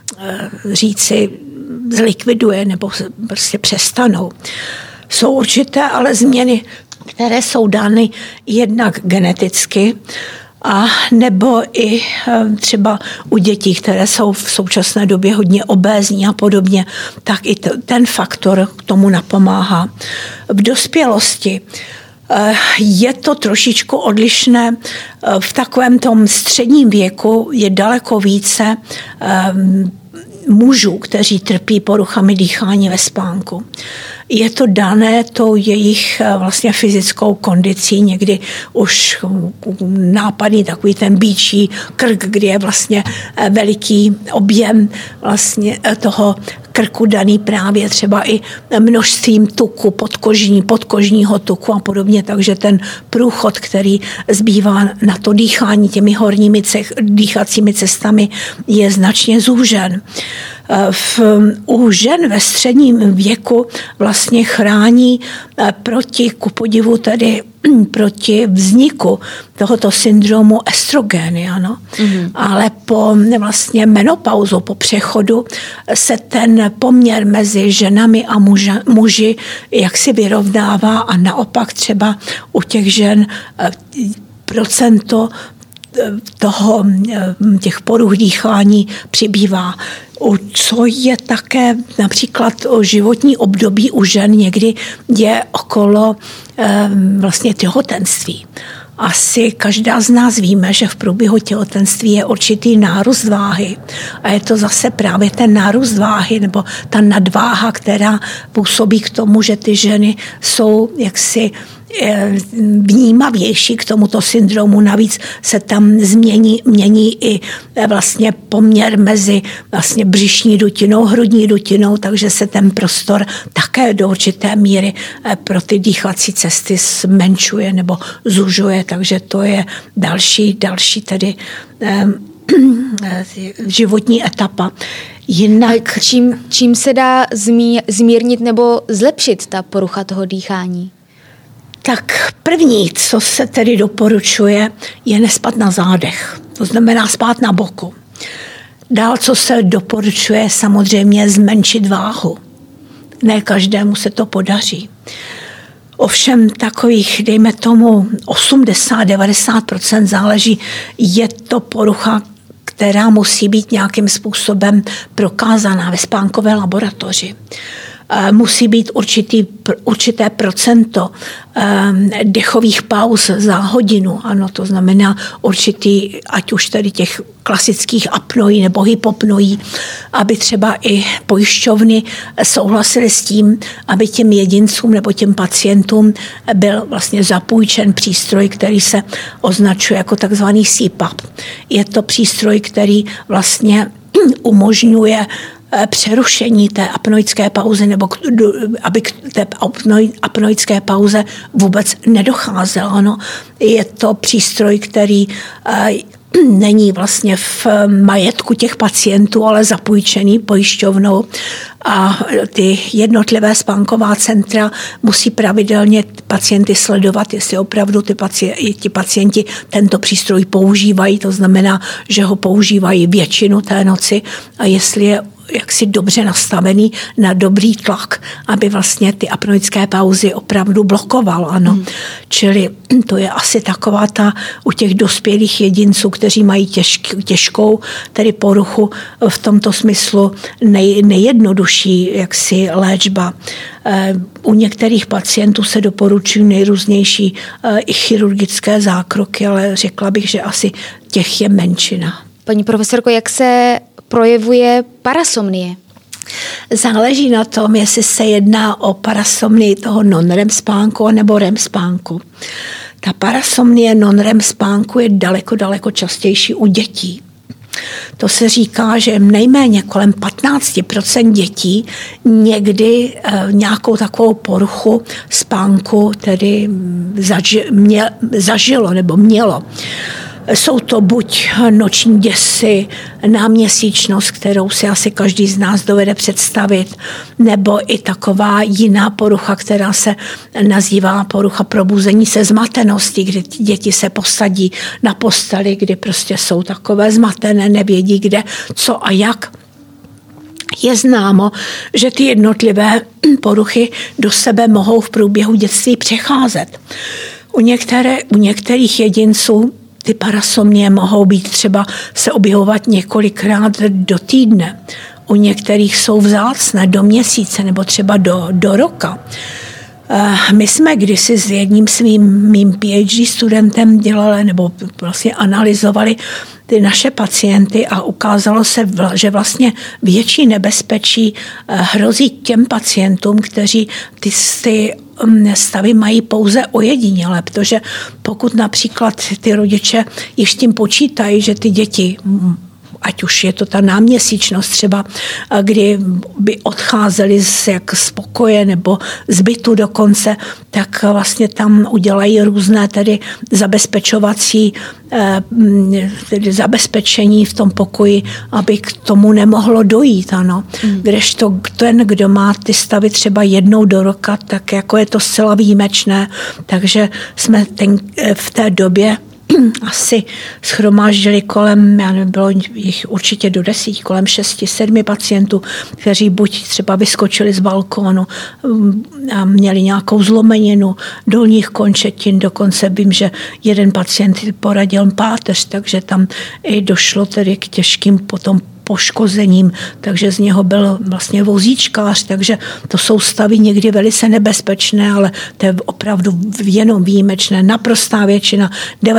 B: říci zlikviduje nebo prostě přestanou. Jsou určité ale změny, které jsou dány jednak geneticky, a nebo i třeba u dětí, které jsou v současné době hodně obézní a podobně, tak i ten faktor k tomu napomáhá. V dospělosti je to trošičku odlišné. V takovém tom středním věku je daleko více mužů, kteří trpí poruchami dýchání ve spánku. Je to dané tou jejich vlastně fyzickou kondicí, někdy už nápadný takový ten býčí krk, kdy je vlastně veliký objem vlastně toho krku daný právě třeba i množstvím tuku, podkožního tuku a podobně, takže ten průchod, který zbývá na to dýchání těmi horními dýchacími cestami, je značně zúžen. U žen ve středním věku vlastně chrání kupodivu tedy proti vzniku tohoto syndromu estrogeny, ano. Mm-hmm. Ale po vlastně menopauzu, po přechodu se ten poměr mezi ženami a muži jaksi vyrovnává a naopak třeba u těch žen procento těch poruch dýchání přibývá. Co je také například o životní období u žen někdy je okolo vlastně těhotenství. Asi každá z nás víme, že v průběhu těhotenství je určitý nárůst váhy a je to zase právě ten nárůst váhy nebo ta nadváha, která působí k tomu, že ty ženy jsou jaksi vnímavější k tomuto syndromu. Navíc se tam mění i vlastně poměr mezi vlastně břišní dutinou, hrudní dutinou, takže se ten prostor také do určité míry pro ty dýchací cesty zmenšuje nebo zužuje, takže to je další tedy životní etapa.
A: Jinak čím se dá zmírnit nebo zlepšit ta porucha toho dýchání?
B: Tak první, co se tedy doporučuje, je nespat na zádech. To znamená spát na boku. Dál, co se doporučuje, samozřejmě zmenšit váhu. Ne každému se to podaří. Ovšem takových, dejme tomu, 80-90% záleží, je to porucha, která musí být nějakým způsobem prokázaná ve spánkové laboratoři. Musí být určité procento dechových pauz za hodinu. Ano, to znamená určitý, ať už tady těch klasických apnoí nebo hypopnoí, aby třeba i pojišťovny souhlasily s tím, aby těm jedincům nebo těm pacientům byl vlastně zapůjčen přístroj, který se označuje jako takzvaný CPAP. Je to přístroj, který vlastně umožňuje přerušení té apnoické pauzy nebo aby k té apnoické pauze vůbec nedocházelo. No, je to přístroj, který není vlastně v majetku těch pacientů, ale zapůjčený pojišťovnou a ty jednotlivé spánková centra musí pravidelně pacienty sledovat, jestli opravdu ti pacienti tento přístroj používají, to znamená, že ho používají většinu té noci a jestli je jaksi dobře nastavený na dobrý tlak, aby vlastně ty apnoické pauzy opravdu blokoval. Ano. Čili to je asi taková ta u těch dospělých jedinců, kteří mají těžkou tedy poruchu v tomto smyslu nejjednodušší jaksi léčba. U některých pacientů se doporučují nejrůznější i chirurgické zákroky, ale řekla bych, že asi těch je menšina.
A: Paní profesorko, jak se projevuje parasomnie?
B: Záleží na tom, jestli se jedná o parasomnii toho non-REM spánku nebo REM spánku. Ta parasomnie non-REM spánku je daleko častější u dětí. To se říká, že nejméně kolem 15% dětí někdy nějakou takovou poruchu spánku tedy zažilo nebo mělo. Jsou to buď noční děsy, náměsíčnost, kterou si asi každý z nás dovede představit, nebo i taková jiná porucha, která se nazývá porucha probuzení se zmatenosti, kdy děti se posadí na posteli, kdy prostě jsou takové zmatené, nevědí kde, co a jak. Je známo, že ty jednotlivé poruchy do sebe mohou v průběhu dětství přecházet. U některých jedinců ty parasomnie mohou být třeba se objevovat několikrát do týdne. U některých jsou vzácné do měsíce nebo třeba do roka. My jsme kdysi s jedním mým PhD studentem dělali nebo vlastně analyzovali ty naše pacienty a ukázalo se, že vlastně větší nebezpečí hrozí těm pacientům, kteří ty stavy mají pouze ojediněle, protože pokud například ty rodiče již tím počítají, že ty děti, ať už je to ta náměsíčnost třeba, kdy by odcházeli z pokoje nebo z bytu dokonce, tak vlastně tam udělají různé tedy zabezpečovací tedy zabezpečení v tom pokoji, aby k tomu nemohlo dojít. Ano. Kdežto ten, kdo má ty stavy třeba jednou do roka, tak jako je to zcela výjimečné. Takže jsme v té době asi shromáždili kolem, já nevím, bylo jich určitě do 10, kolem 6-7 pacientů, kteří buď třeba vyskočili z balkónu a měli nějakou zlomeninu dolních končetin, dokonce vím, že jeden pacient poradil páteř, takže tam i došlo tedy k těžkým potom poškozením, takže z něho byl vlastně vozíčkář, takže to jsou stavy někdy velice nebezpečné, ale to je opravdu jenom výjimečné. Naprostá většina,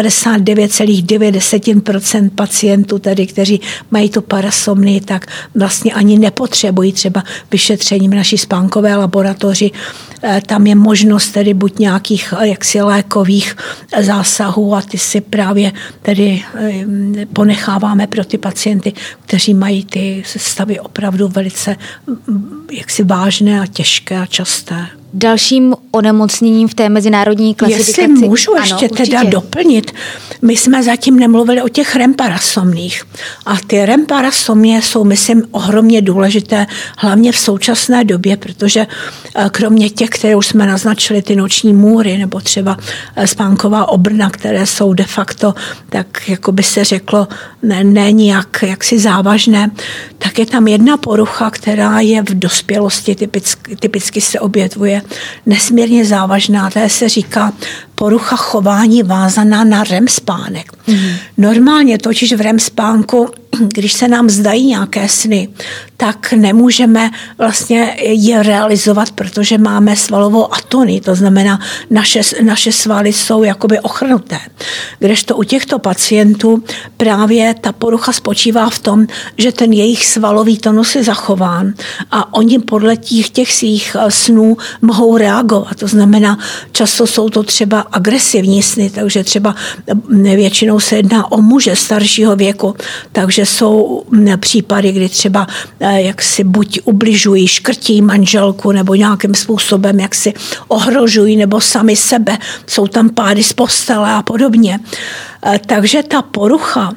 B: 99,9% pacientů tady, kteří mají tu parasomnii, tak vlastně ani nepotřebují třeba vyšetření v naší spánkové laboratoři. Tam je možnost tedy buď nějakých jaksi lékových zásahů a ty si právě tedy ponecháváme pro ty pacienty, kteří mají ty stavy opravdu velice jaksi vážné a těžké a časté.
A: Dalším onemocněním v té mezinárodní klasifikaci...
B: Jestli můžu ještě teda doplnit, my jsme zatím nemluvili o těch REM parasomních. A ty REM parasomie jsou, myslím, ohromně důležité, hlavně v současné době, protože kromě těch, které už jsme naznačili, ty noční můry, nebo třeba spánková obrna, které jsou de facto, tak jako by se řeklo, ne nijak jaksi závažné, tak je tam jedna porucha, která je v dospělosti, typicky se objevuje, nesmírně závažná, to se říká porucha chování vázaná na REM spánek. Normálně totiž v REM spánku, když se nám zdají nějaké sny, tak nemůžeme vlastně je realizovat, protože máme svalovou atonii, to znamená, naše svaly jsou jakoby ochrnuté. Kdežto u těchto pacientů právě ta porucha spočívá v tom, že ten jejich svalový tonus je zachován a oni podle těch svých snů mohou reagovat. To znamená, často jsou to třeba agresivní sny, takže třeba většinou se jedná o muže staršího věku, takže jsou případy, kdy třeba jak si buď ubližují, škrtí manželku nebo nějakým způsobem jak si ohrožují nebo sami sebe, jsou tam pády z postele a podobně. Takže ta porucha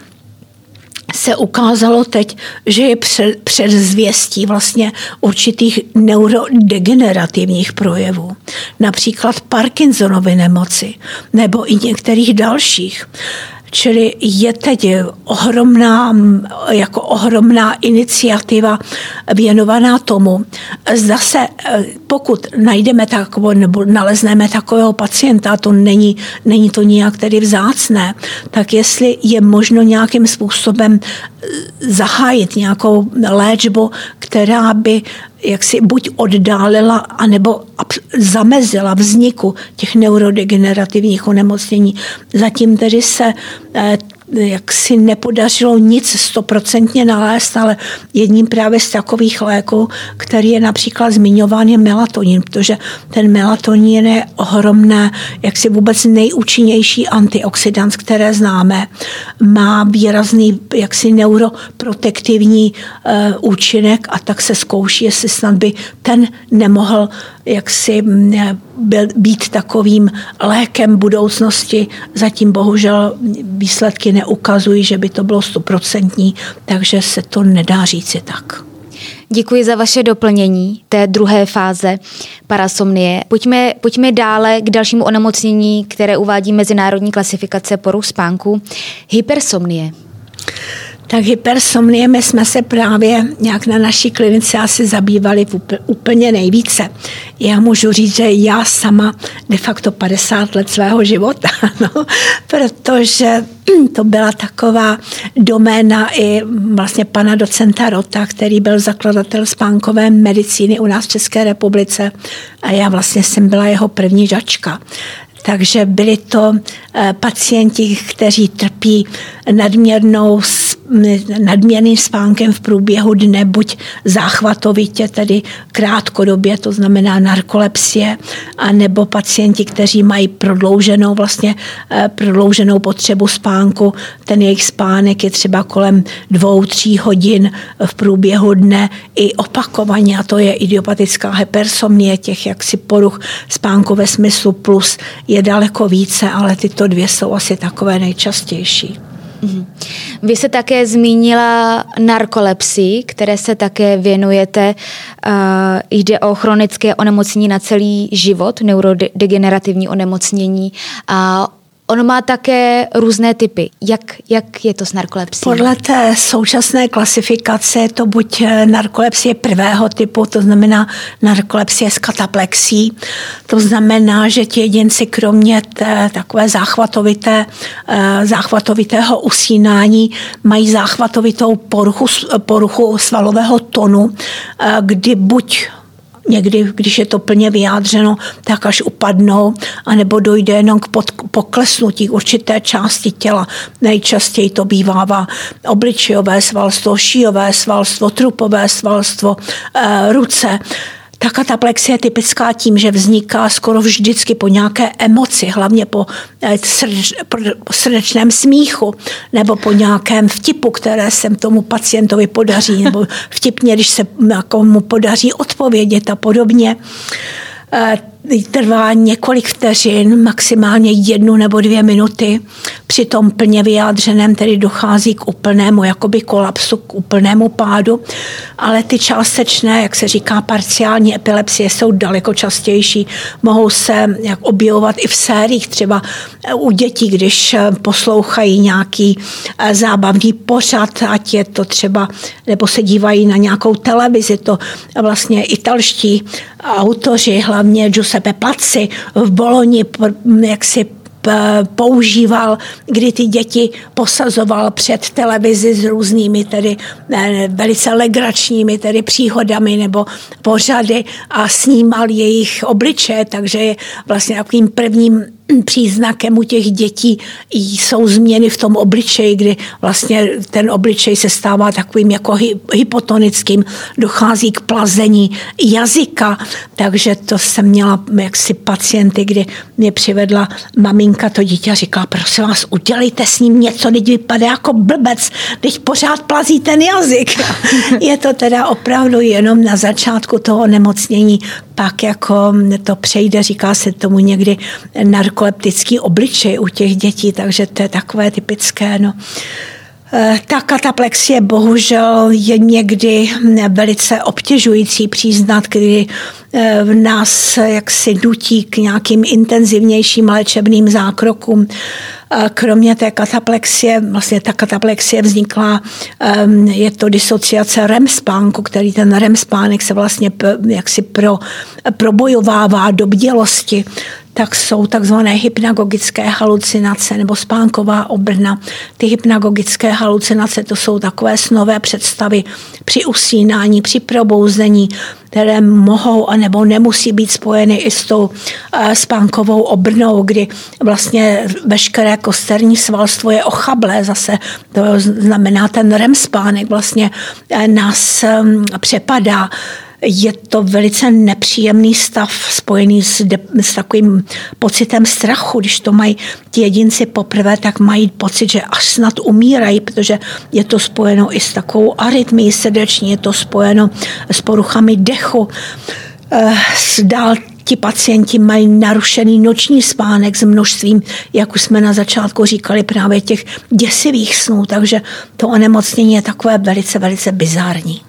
B: se ukázalo teď, že je předzvěstí vlastně určitých neurodegenerativních projevů. Například Parkinsonovy nemoci nebo i některých dalších. Čili je teď ohromná iniciativa věnovaná tomu. Zda se, pokud najdeme nebo nalezneme takového pacienta, to není to nijak tedy vzácné, tak jestli je možno nějakým způsobem zahájit nějakou léčbu, která by jaksi buď oddálila, anebo zamezila vzniku těch neurodegenerativních onemocnění. Zatím tedy se jaksi nepodařilo nic 100% nalézt, ale jedním právě z takových léků, který je například zmiňován, je melatonin, protože ten melatonin je ohromné, jaksi vůbec nejúčinnější antioxidant, které známe. Má výrazný jaksi neuroprotektivní účinek a tak se zkouší, jestli snad by ten nemohl jaksi být takovým lékem budoucnosti. Zatím bohužel výsledky neukazují, že by to bylo 100%, takže se to nedá říci tak.
A: Děkuji za vaše doplnění té druhé fáze parasomnie. Pojďme dále k dalšímu onemocnění, které uvádí mezinárodní klasifikace poruch spánku. Hypersomnie.
B: Tak hypersomnie my jsme se právě nějak na naší klinice asi zabývali úplně nejvíce. Já můžu říct, že já sama de facto 50 let svého života, protože to byla taková doména i vlastně pana docenta Rota, který byl zakladatel spánkové medicíny u nás v České republice a já vlastně jsem byla jeho první žačka. Takže byli to pacienti, kteří trpí nadměrným spánkem v průběhu dne, buď záchvatovitě, tedy krátkodobě, to znamená narkolepsie, anebo pacienti, kteří mají prodlouženou potřebu spánku. Ten jejich spánek je třeba kolem 2-3 hodin v průběhu dne i opakovaně, a to je idiopatická hypersomnie, těch jaksi poruch spánku ve smyslu plus je daleko více, ale tyto dvě jsou asi takové nejčastější.
A: Vy se také zmínila narkolepsii, které se také věnujete. Jde o chronické onemocnění na celý život, neurodegenerativní onemocnění. A On má také různé typy. Jak je to s narkolepsií?
B: Podle té současné klasifikace je to buď narkolepsie prvého typu, to znamená narkolepsie s kataplexí. To znamená, že ti jedinci kromě takové záchvatovitého usínání mají záchvatovitou poruchu svalového tonu, kdy buď někdy, když je to plně vyjádřeno, tak až upadnou, anebo dojde jenom k poklesnutí určité části těla. Nejčastěji to bývává obličejové svalstvo, šíjové svalstvo, trupové svalstvo, ruce. Ta kataplexie je typická tím, že vzniká skoro vždycky po nějaké emoci, hlavně po srdečném smíchu nebo po nějakém vtipu, které se tomu pacientovi podaří, nebo vtipně, když se mu podaří odpovědět a podobně. Trvá několik vteřin, maximálně 1 nebo 2 minuty. Při tom plně vyjádřeném tedy dochází k úplnému jakoby kolapsu, k úplnému pádu, ale ty částečné, jak se říká, parciální epilepsie jsou daleko častější. Mohou se objevovat i v sériích, třeba u dětí, když poslouchají nějaký zábavný pořad, ať je to třeba, nebo se dívají na nějakou televizi, to vlastně italští autoři, hlavně Giuseppe Pazzi v Bologni, jak si používal, kdy ty děti posazoval před televizi s různými tedy velice legračními tedy příhodami nebo pořady a snímal jejich obličeje, takže je vlastně takovým prvním příznakem u těch dětí jsou změny v tom obličeji, kdy vlastně ten obličej se stává takovým jako hypotonickým, dochází k plazení jazyka, takže to jsem měla jaksi pacienty, kdy mě přivedla maminka to dítě a říkala, prosím vás, udělejte s ním něco, teď vypadá jako blbec, teď pořád plazí ten jazyk. Je to teda opravdu jenom na začátku toho onemocnění, pak jako to přejde, říká se tomu někdy narkoleptický obličej u těch dětí, takže to je takové typické. No. Ta kataplexie bohužel je někdy velice obtěžující příznak, kdy nás jaksi nutí k nějakým intenzivnějším léčebným zákrokům. Kromě té kataplexie, vlastně ta kataplexie vznikla, je to disociace REM spánku, který ten REM spánek se vlastně jaksi probojovává do bdělosti, tak jsou takzvané hypnagogické halucinace nebo spánková obrna. Ty hypnagogické halucinace, to jsou takové snové představy při usínání, při probouzení, které mohou anebo nemusí být spojeny i s tou spánkovou obrnou, kdy vlastně veškeré kosterní svalstvo je ochablé. Zase to znamená, ten REM spánek vlastně nás přepadá. Je to velice nepříjemný stav spojený s takovým pocitem strachu. Když to mají ti jedinci poprvé, tak mají pocit, že až snad umírají, protože je to spojeno i s takovou arytmií srdeční, je to spojeno s poruchami dechu. Dál ti pacienti mají narušený noční spánek s množstvím, jak už jsme na začátku říkali, právě těch děsivých snů, takže to onemocnění je takové velice, velice bizární.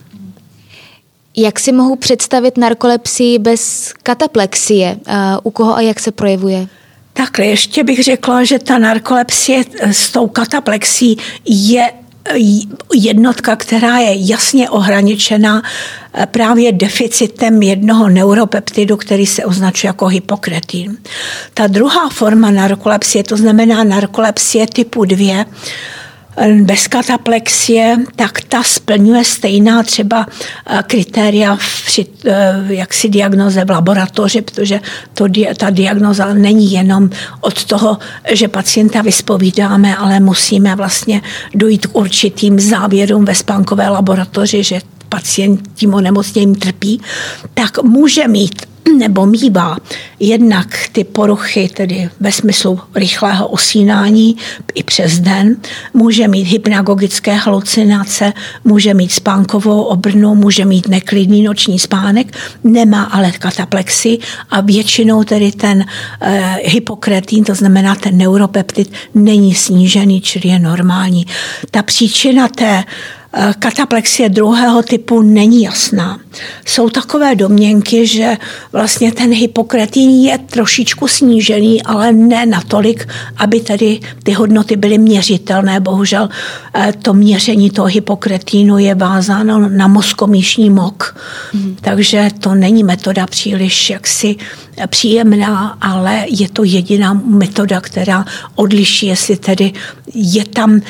A: Jak si mohu představit narkolepsii bez kataplexie? U koho a jak se projevuje?
B: Takhle, ještě bych řekla, že ta narkolepsie s tou kataplexí je jednotka, která je jasně ohraničena právě deficitem jednoho neuropeptidu, který se označuje jako hypokretin. Ta druhá forma narkolepsie, to znamená narkolepsie typu 2, bez kataplexie, tak ta splňuje stejná třeba kritéria při jaksi diagnoze v laboratoři, protože ta diagnoza není jenom od toho, že pacienta vyspovídáme, ale musíme vlastně dojít k určitým závěrům ve spánkové laboratoři, že pacient tím onemocněním trpí, tak může mít nebo mívá jednak ty poruchy, tedy ve smyslu rychlého usínání i přes den, může mít hypnagogické halucinace, může mít spánkovou obrnu, může mít neklidný noční spánek, nemá ale kataplexii a většinou tedy ten hypokretin, to znamená ten neuropeptid, není snížený, čili je normální. Ta příčina té Kataplexie druhého typu není jasná. Jsou takové domněnky, že vlastně ten hypokretin je trošičku snížený, ale ne natolik, aby tady ty hodnoty byly měřitelné. Bohužel to měření toho hypokretínu je vázáno na mozkomíšní mok. Takže to není metoda příliš jaksi příjemná, ale je to jediná metoda, která odliší, jestli tedy je tam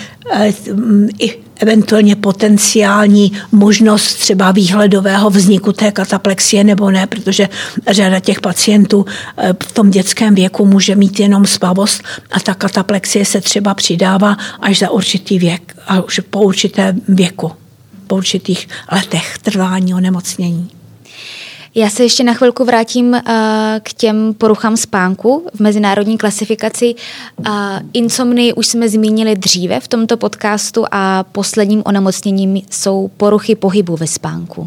B: i eventuálně potenciální možnost třeba výhledového vzniku té kataplexie nebo ne, protože řada těch pacientů v tom dětském věku může mít jenom spavost a ta kataplexie se třeba přidává až za určitý věk a už po určitém věku, po určitých letech trvání onemocnění.
A: Já se ještě na chvilku vrátím k těm poruchám spánku v mezinárodní klasifikaci. Insomnii už jsme zmínili dříve v tomto podcastu a posledním onemocněním jsou poruchy pohybu ve spánku.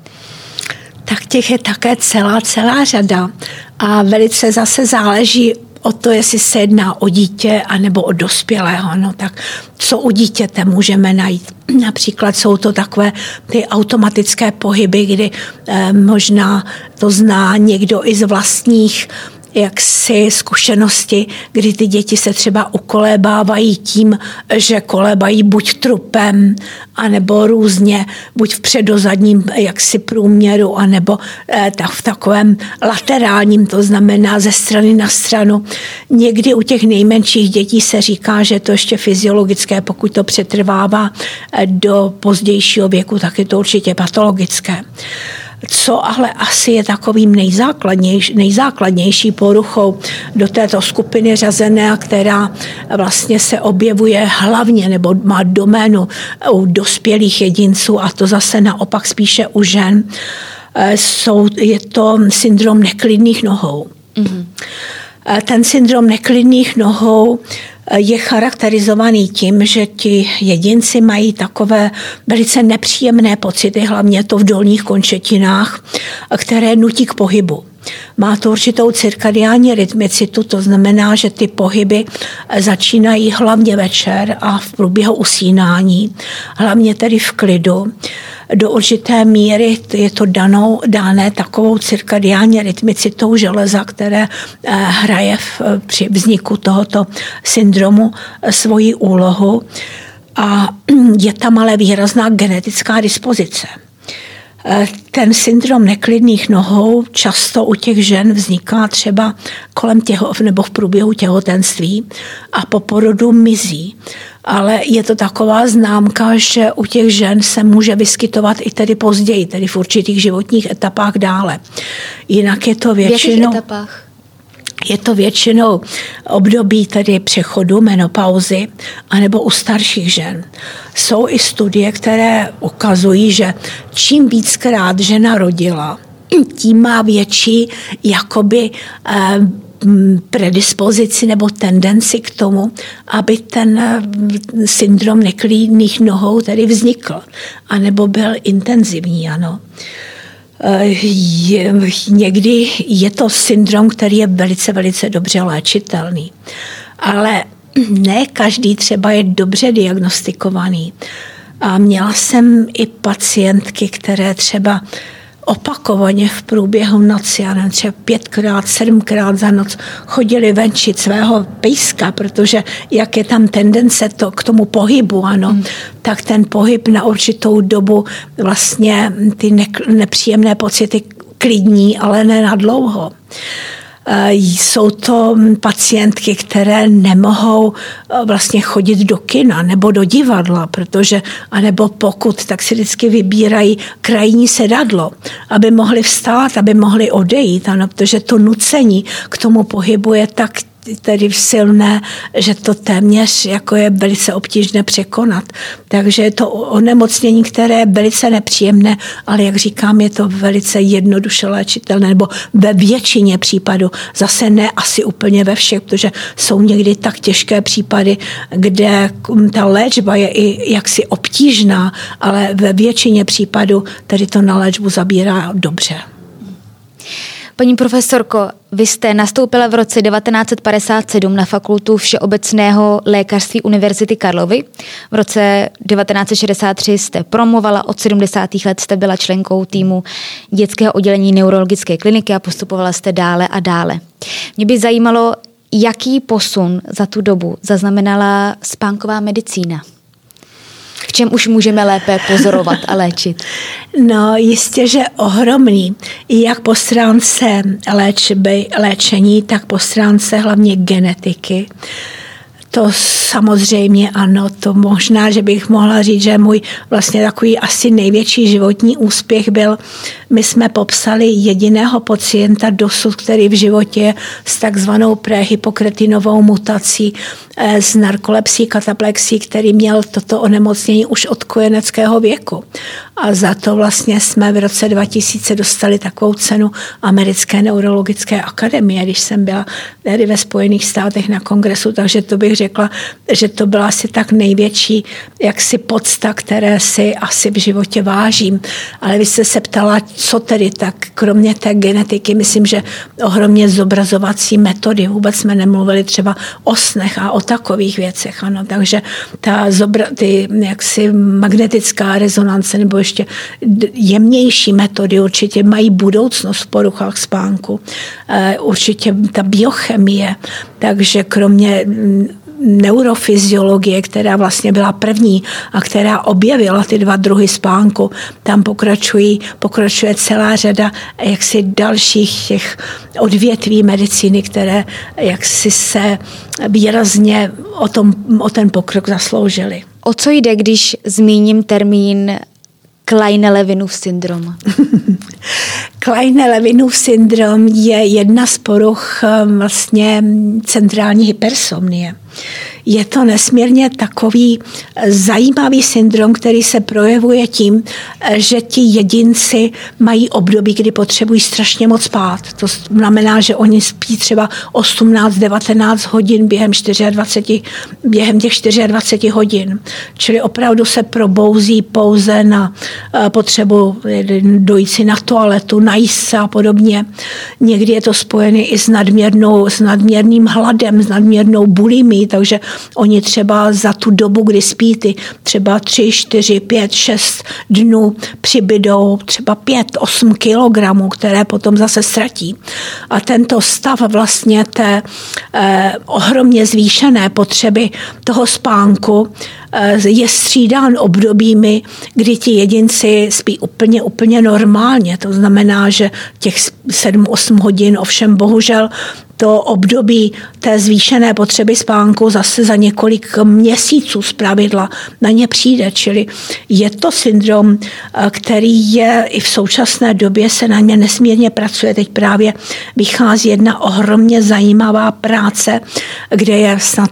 B: Tak těch je také celá řada a velice zase záleží o to, jestli se jedná o dítě anebo o dospělého. No tak co u dítěte můžeme najít? Například jsou to takové ty automatické pohyby, kdy možná to zná někdo i z vlastních jaksi zkušenosti, kdy ty děti se třeba ukolébávají tím, že kolébají buď trupem, anebo různě, buď v předozadním jaksi průměru, anebo v takovém laterálním, to znamená ze strany na stranu. Někdy u těch nejmenších dětí se říká, že to ještě fyziologické, pokud to přetrvává do pozdějšího věku, tak je to určitě patologické. Co ale asi je takovým nejzákladnější poruchou do této skupiny řazené, která vlastně se objevuje hlavně nebo má doménu u dospělých jedinců a to zase naopak spíše u žen, je to syndrom neklidných nohou. Mm-hmm. Ten syndrom neklidných nohou je charakterizovaný tím, že ti jedinci mají takové velice nepříjemné pocity, hlavně to v dolních končetinách, které nutí k pohybu. Má to určitou cirkadiální rytmicitu, to znamená, že ty pohyby začínají hlavně večer a v průběhu usínání, hlavně tedy v klidu. Do určité míry je to dané takovou cirkadiální rytmicitou železa, které hraje při vzniku tohoto syndromu svoji úlohu. A je tam ale výrazná genetická dispozice. Ten syndrom neklidných nohou často u těch žen vzniká třeba kolem nebo v průběhu těhotenství a po porodu mizí. Ale je to taková známka, že u těch žen se může vyskytovat i tedy později, tedy v určitých životních etapách dále. Jinak je to většinou...
A: V jakých etapách?
B: Je to většinou období tedy přechodu, menopauzy, anebo u starších žen. Jsou i studie, které ukazují, že čím víckrát žena rodila, tím má větší jakoby predispozici nebo tendenci k tomu, aby ten syndrom neklidných nohou tedy vznikl, anebo byl intenzivní, ano. Někdy je to syndrom, který je velice, velice dobře léčitelný. Ale ne každý třeba je dobře diagnostikovaný. A měla jsem i pacientky, které třeba opakovaně v průběhu noci, já nevím, třeba 5krát, 7krát za noc chodili venčit svého pejska, protože jak je tam tendence k tomu pohybu, ano, tak ten pohyb na určitou dobu vlastně ty nepříjemné pocity klidní, ale ne na dlouho. Jsou to pacientky, které nemohou vlastně chodit do kina nebo do divadla, protože, anebo pokud, tak si vždycky vybírají krajní sedadlo, aby mohli vstát, aby mohli odejít, ano, protože to nucení k tomu pohybu je tak tedy silné, že to téměř jako je velice obtížné překonat. Takže je to onemocnění, které je velice nepříjemné, ale jak říkám, je to velice jednoduše léčitelné, nebo ve většině případů, zase ne asi úplně ve všech, protože jsou někdy tak těžké případy, kde ta léčba je i jaksi obtížná, ale ve většině případů tedy to na léčbu zabírá dobře.
A: Paní profesorko, vy jste nastoupila v roce 1957 na fakultu Všeobecného lékařství Univerzity Karlovy. V roce 1963 jste promovala, od 70. let jste byla členkou týmu dětského oddělení neurologické kliniky a postupovala jste dále a dále. Mě by zajímalo, jaký posun za tu dobu zaznamenala spánková medicína. V čem už můžeme lépe pozorovat a léčit?
B: No jistě, že ohromný. Jak po stránce léčení, tak po stránce hlavně genetiky. To samozřejmě ano, to možná, že bych mohla říct, že můj vlastně takový asi největší životní úspěch byl, my jsme popsali jediného pacienta dosud, který v životě je s takzvanou prehypokretinovou mutací, s narkolepsí, kataplexí, který měl toto onemocnění už od kojeneckého věku. A za to vlastně jsme v roce 2000 dostali takovou cenu Americké neurologické akademie, když jsem byla tady ve Spojených státech na kongresu, takže to bych řekla, že to byla asi tak největší jaksi podsta, které si asi v životě vážím. Ale vy jste se ptala, co tedy tak, kromě té genetiky, myslím, že ohromně zobrazovací metody, vůbec jsme nemluvili třeba o snech a o takových věcech, ano, takže ty jaksi magnetická rezonance nebo ještě jemnější metody určitě mají budoucnost v poruchách spánku, určitě ta biochemie, takže kromě neurofyziologie, která vlastně byla první a která objevila ty dva druhy spánku, tam pokračuje celá řada jaksi dalších těch odvětví medicíny, které jaksi se výrazně o ten pokrok zasloužily.
A: O co jde, když zmíním termín Kleine-Levinův syndrom?
B: Kleine-Levinův syndrom je jedna z poruch vlastně centrální hypersomnie. Je to nesmírně takový zajímavý syndrom, který se projevuje tím, že ti jedinci mají období, kdy potřebují strašně moc spát. To znamená, že oni spí třeba 18-19 hodin během těch 24 hodin. Čili opravdu se probouzí pouze na potřebu dojít si na toaletu, najíst se a podobně. Někdy je to spojené i s nadměrným hladem, s nadměrnou bulimií, takže oni třeba za tu dobu, kdy spí, třeba 3, 4, 5, 6 dnů přibydou třeba 5-8 kilogramů, které potom zase ztratí. A tento stav vlastně té ohromně zvýšené potřeby toho spánku je střídán obdobími, kdy ti jedinci spí úplně normálně. To znamená, že těch 7-8 hodin, ovšem bohužel to období té zvýšené potřeby spánku zase za několik měsíců zpravidla na ně přijde. Čili je to syndrom, který je i v současné době se na ně nesmírně pracuje. Teď právě vychází jedna ohromně zajímavá práce, kde je snad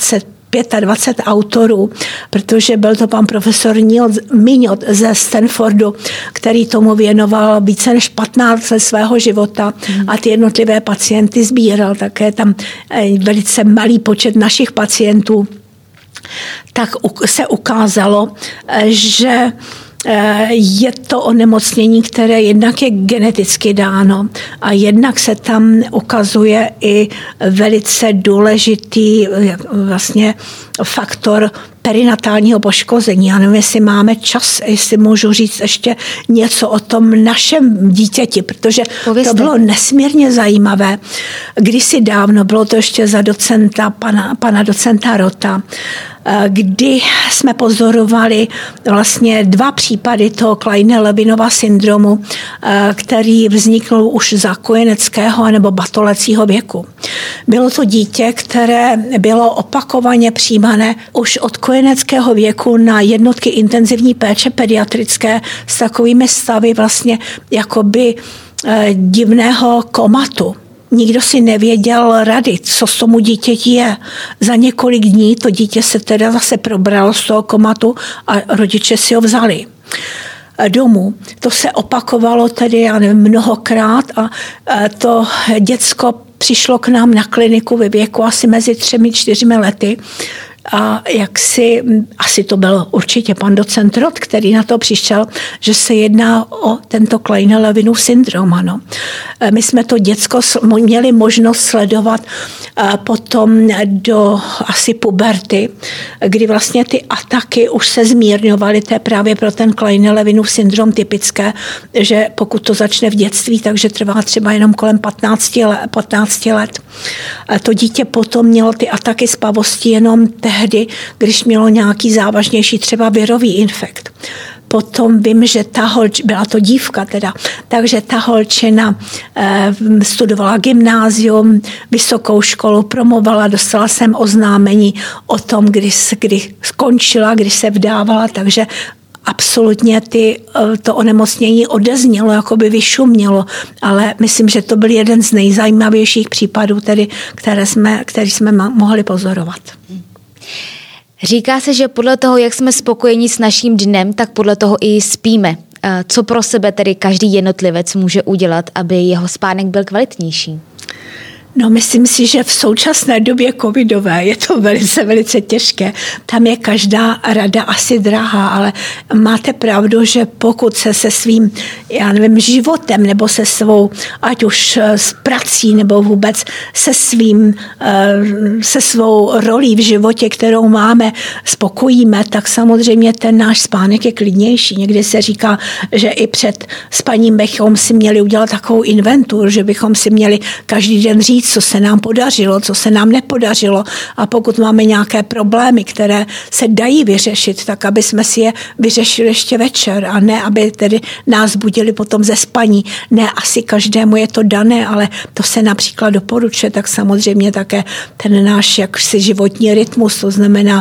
B: 25 autorů, protože byl to pan profesor Neil Mignot ze Stanfordu, který tomu věnoval více než 15 let svého života a ty jednotlivé pacienty sbíral. Také tam velice malý počet našich pacientů. Tak se ukázalo, že je to onemocnění, které jednak je geneticky dáno a jednak se tam ukazuje i velice důležitý vlastně faktor perinatálního poškození. Já nevím, jestli máme čas, jestli můžu říct ještě něco o tom našem dítěti, protože to bylo nesmírně zajímavé. Kdysi dávno, bylo to ještě za pana docenta Rota, kdy jsme pozorovali vlastně 2 případy toho Kleine-Levinova syndromu, který vznikl už za kojeneckého nebo batolecího věku. Bylo to dítě, které bylo opakovaně přijímané už od kojeneckého věku na jednotky intenzivní péče pediatrické s takovými stavy vlastně jakoby divného komatu. Nikdo si nevěděl rady, co s tomu dítěti je. Za několik dní to dítě se teda zase probralo z toho komatu a rodiče si ho vzali domů. To se opakovalo tedy, já nevím, mnohokrát a to děcko přišlo k nám na kliniku ve věku asi mezi 3-4 lety. a asi to byl určitě pan docent Roth, který na to přišel, že se jedná o tento Kleine-Levinův syndrom. Ano. My jsme to děcko měli možnost sledovat potom do asi puberty, kdy vlastně ty ataky už se zmírňovaly, to je právě pro ten Kleine-Levinův syndrom typické, že pokud to začne v dětství, takže trvá třeba jenom kolem 15 let. To dítě potom mělo ty ataky spavosti jenom tehdy, když mělo nějaký závažnější třeba virový infekt. Potom vím, že byla to dívka teda, takže ta holčina studovala gymnázium, vysokou školu, promovala, dostala jsem oznámení o tom, kdy skončila, kdy se vdávala, takže absolutně to onemocnění odeznělo, jako by vyšumělo, ale myslím, že to byl jeden z nejzajímavějších případů, který jsme mohli pozorovat.
A: Říká se, že podle toho, jak jsme spokojeni s naším dnem, tak podle toho i spíme. Co pro sebe tedy každý jednotlivec může udělat, aby jeho spánek byl kvalitnější?
B: No, myslím si, že v současné době covidové je to velice, velice těžké. Tam je každá rada asi drahá, ale máte pravdu, že pokud se svým, životem nebo se svou, ať už s prací nebo vůbec se svou rolí v životě, kterou máme, spokojíme, tak samozřejmě ten náš spánek je klidnější. Někdy se říká, že i před spaním bychom si měli udělat takovou inventuru, že bychom si měli každý den říct, co se nám podařilo, co se nám nepodařilo, a pokud máme nějaké problémy, které se dají vyřešit, tak aby jsme si je vyřešili ještě večer a ne, aby tedy nás budili potom ze spaní. Ne, asi každému je to dané, ale to se například doporučuje, tak samozřejmě také ten náš jaksi životní rytmus, to znamená,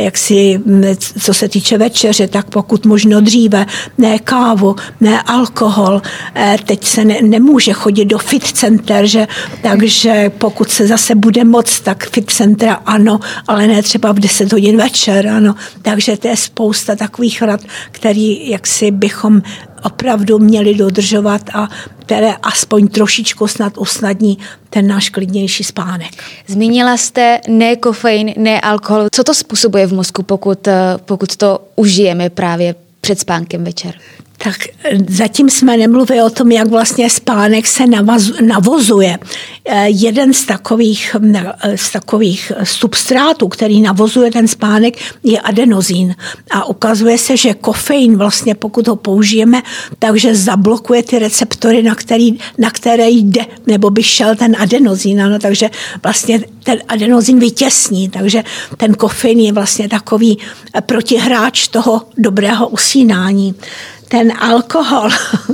B: co se týče večeře, tak pokud možno dříve, ne kávu, ne alkohol, teď se nemůže chodit do fit center, takže pokud se zase bude moc, tak fit centra ano, ale ne třeba v 10 hodin večer, ano. Takže to je spousta takových rad, který jaksi bychom opravdu měli dodržovat a které aspoň trošičku snad usnadní ten náš klidnější spánek.
A: Zmínila jste ne kofein, ne alkohol. Co to způsobuje v mozku, pokud to užijeme právě před spánkem večer?
B: Tak zatím jsme nemluvili o tom, jak vlastně spánek se navozuje. Jeden z takových substrátů, který navozuje ten spánek, je adenozín. A ukazuje se, že kofein vlastně, pokud ho použijeme, takže zablokuje ty receptory, na které jde, nebo by šel ten adenozín. Ano, takže vlastně ten adenozín vytěsní. Takže ten kofein je vlastně takový protihráč toho dobrého usínání. Ten alkohol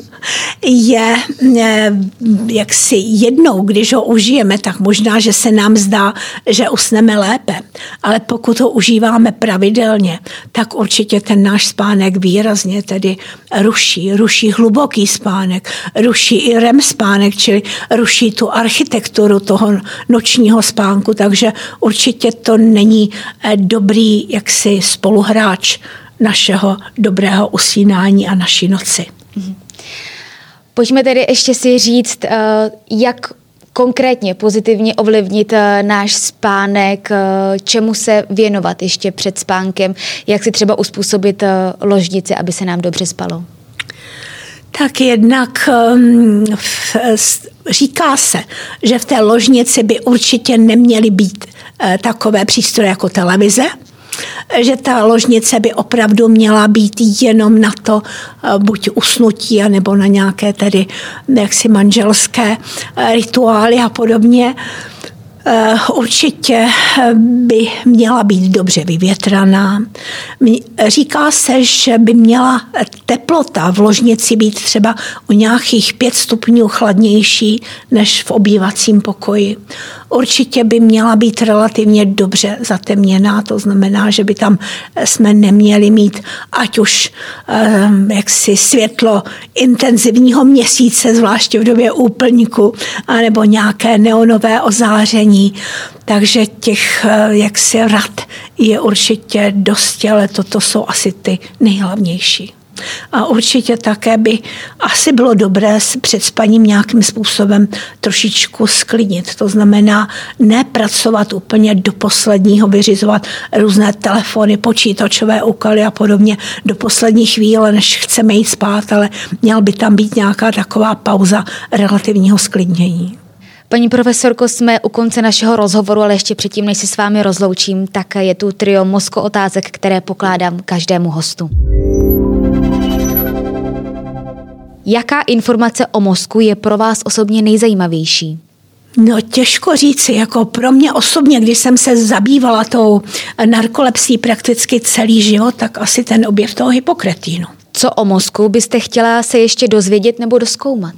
B: je jaksi jednou, když ho užijeme, tak možná, že se nám zdá, že usneme lépe. Ale pokud ho užíváme pravidelně, tak určitě ten náš spánek výrazně tedy ruší hluboký spánek, ruší i REM spánek, čili ruší tu architekturu toho nočního spánku, takže určitě to není dobrý jaksi spoluhráč našeho dobrého usínání a naší noci.
A: Pojďme tedy ještě si říct, jak konkrétně pozitivně ovlivnit náš spánek, čemu se věnovat ještě před spánkem, jak si třeba uspůsobit ložnici, aby se nám dobře spalo.
B: Tak jednak říká se, že v té ložnici by určitě neměly být takové přístroje jako televize, že ta ložnice by opravdu měla být jenom na to buď usnutí, anebo na nějaké tedy jaksi manželské rituály a podobně. Určitě by měla být dobře vyvětraná. Říká se, že by měla teplota v ložnici být třeba o nějakých 5 stupňů chladnější než v obývacím pokoji. Určitě by měla být relativně dobře zatemněná, to znamená, že by tam jsme neměli mít ať už jaksi světlo intenzivního měsíce, zvláště v době úplňku, anebo nějaké neonové ozáření. Takže těch jaksi rad je určitě dost, ale toto jsou asi ty nejhlavnější. A určitě také by asi bylo dobré před spaním nějakým způsobem trošičku sklidnit. To znamená nepracovat úplně do posledního, vyřizovat různé telefony, počítačové úkoly a podobně do poslední chvíle, než chceme jít spát, ale měl by tam být nějaká taková pauza relativního sklidnění.
A: Paní profesorko, jsme u konce našeho rozhovoru, ale ještě předtím, než se s vámi rozloučím, tak je tu trio mozkootázek, které pokládám každému hostu. Jaká informace o mozku je pro vás osobně nejzajímavější?
B: No těžko říci, jako pro mě osobně, když jsem se zabývala tou narkolepsí prakticky celý život, tak asi ten objev toho Hippokratínu.
A: Co o mozku byste chtěla se ještě dozvědět nebo dozkoumat?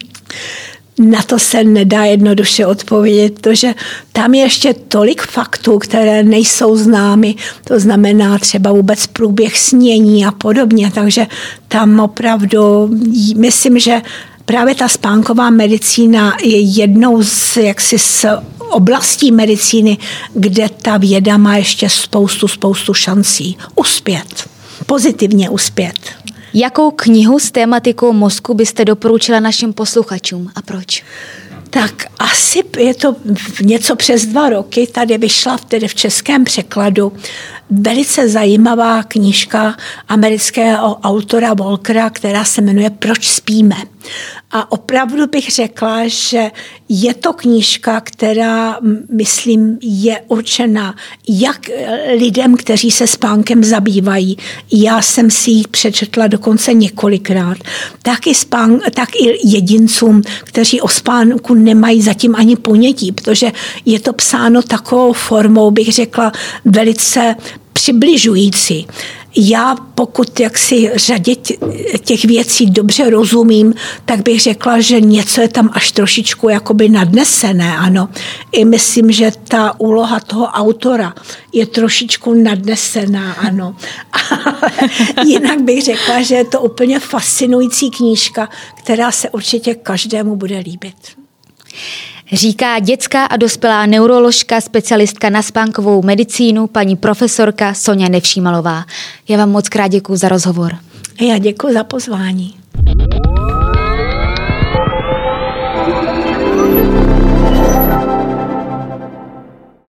B: Na to se nedá jednoduše odpovědět, protože tam je ještě tolik faktů, které nejsou známy, to znamená třeba vůbec průběh snění a podobně, takže tam opravdu myslím, že právě ta spánková medicína je jednou z oblastí medicíny, kde ta věda má ještě spoustu šancí uspět, pozitivně uspět.
A: Jakou knihu s tématikou mozku byste doporučila našim posluchačům a proč?
B: Tak asi je to něco přes 2 roky, tady vyšla tedy v českém překladu velice zajímavá knížka amerického autora Walkera, která se jmenuje Proč spíme. A opravdu bych řekla, že je to knížka, která, myslím, je určena jak lidem, kteří se spánkem zabývají. Já jsem si ji přečetla dokonce několikrát. Tak i jedincům, kteří o spánku nemají zatím ani ponětí, protože je to psáno takovou formou, bych řekla, velice přibližující. Já pokud jaksi řadě těch věcí dobře rozumím, tak bych řekla, že něco je tam až trošičku jakoby nadnesené, ano. I myslím, že ta úloha toho autora je trošičku nadnesená, ano. Ale jinak bych řekla, že je to úplně fascinující knížka, která se určitě každému bude líbit.
A: Říká dětská a dospělá neuroložka, specialistka na spánkovou medicínu, paní profesorka Soňa Nevšímalová. Já vám moc krát děkuju za rozhovor.
B: Já děkuji za pozvání.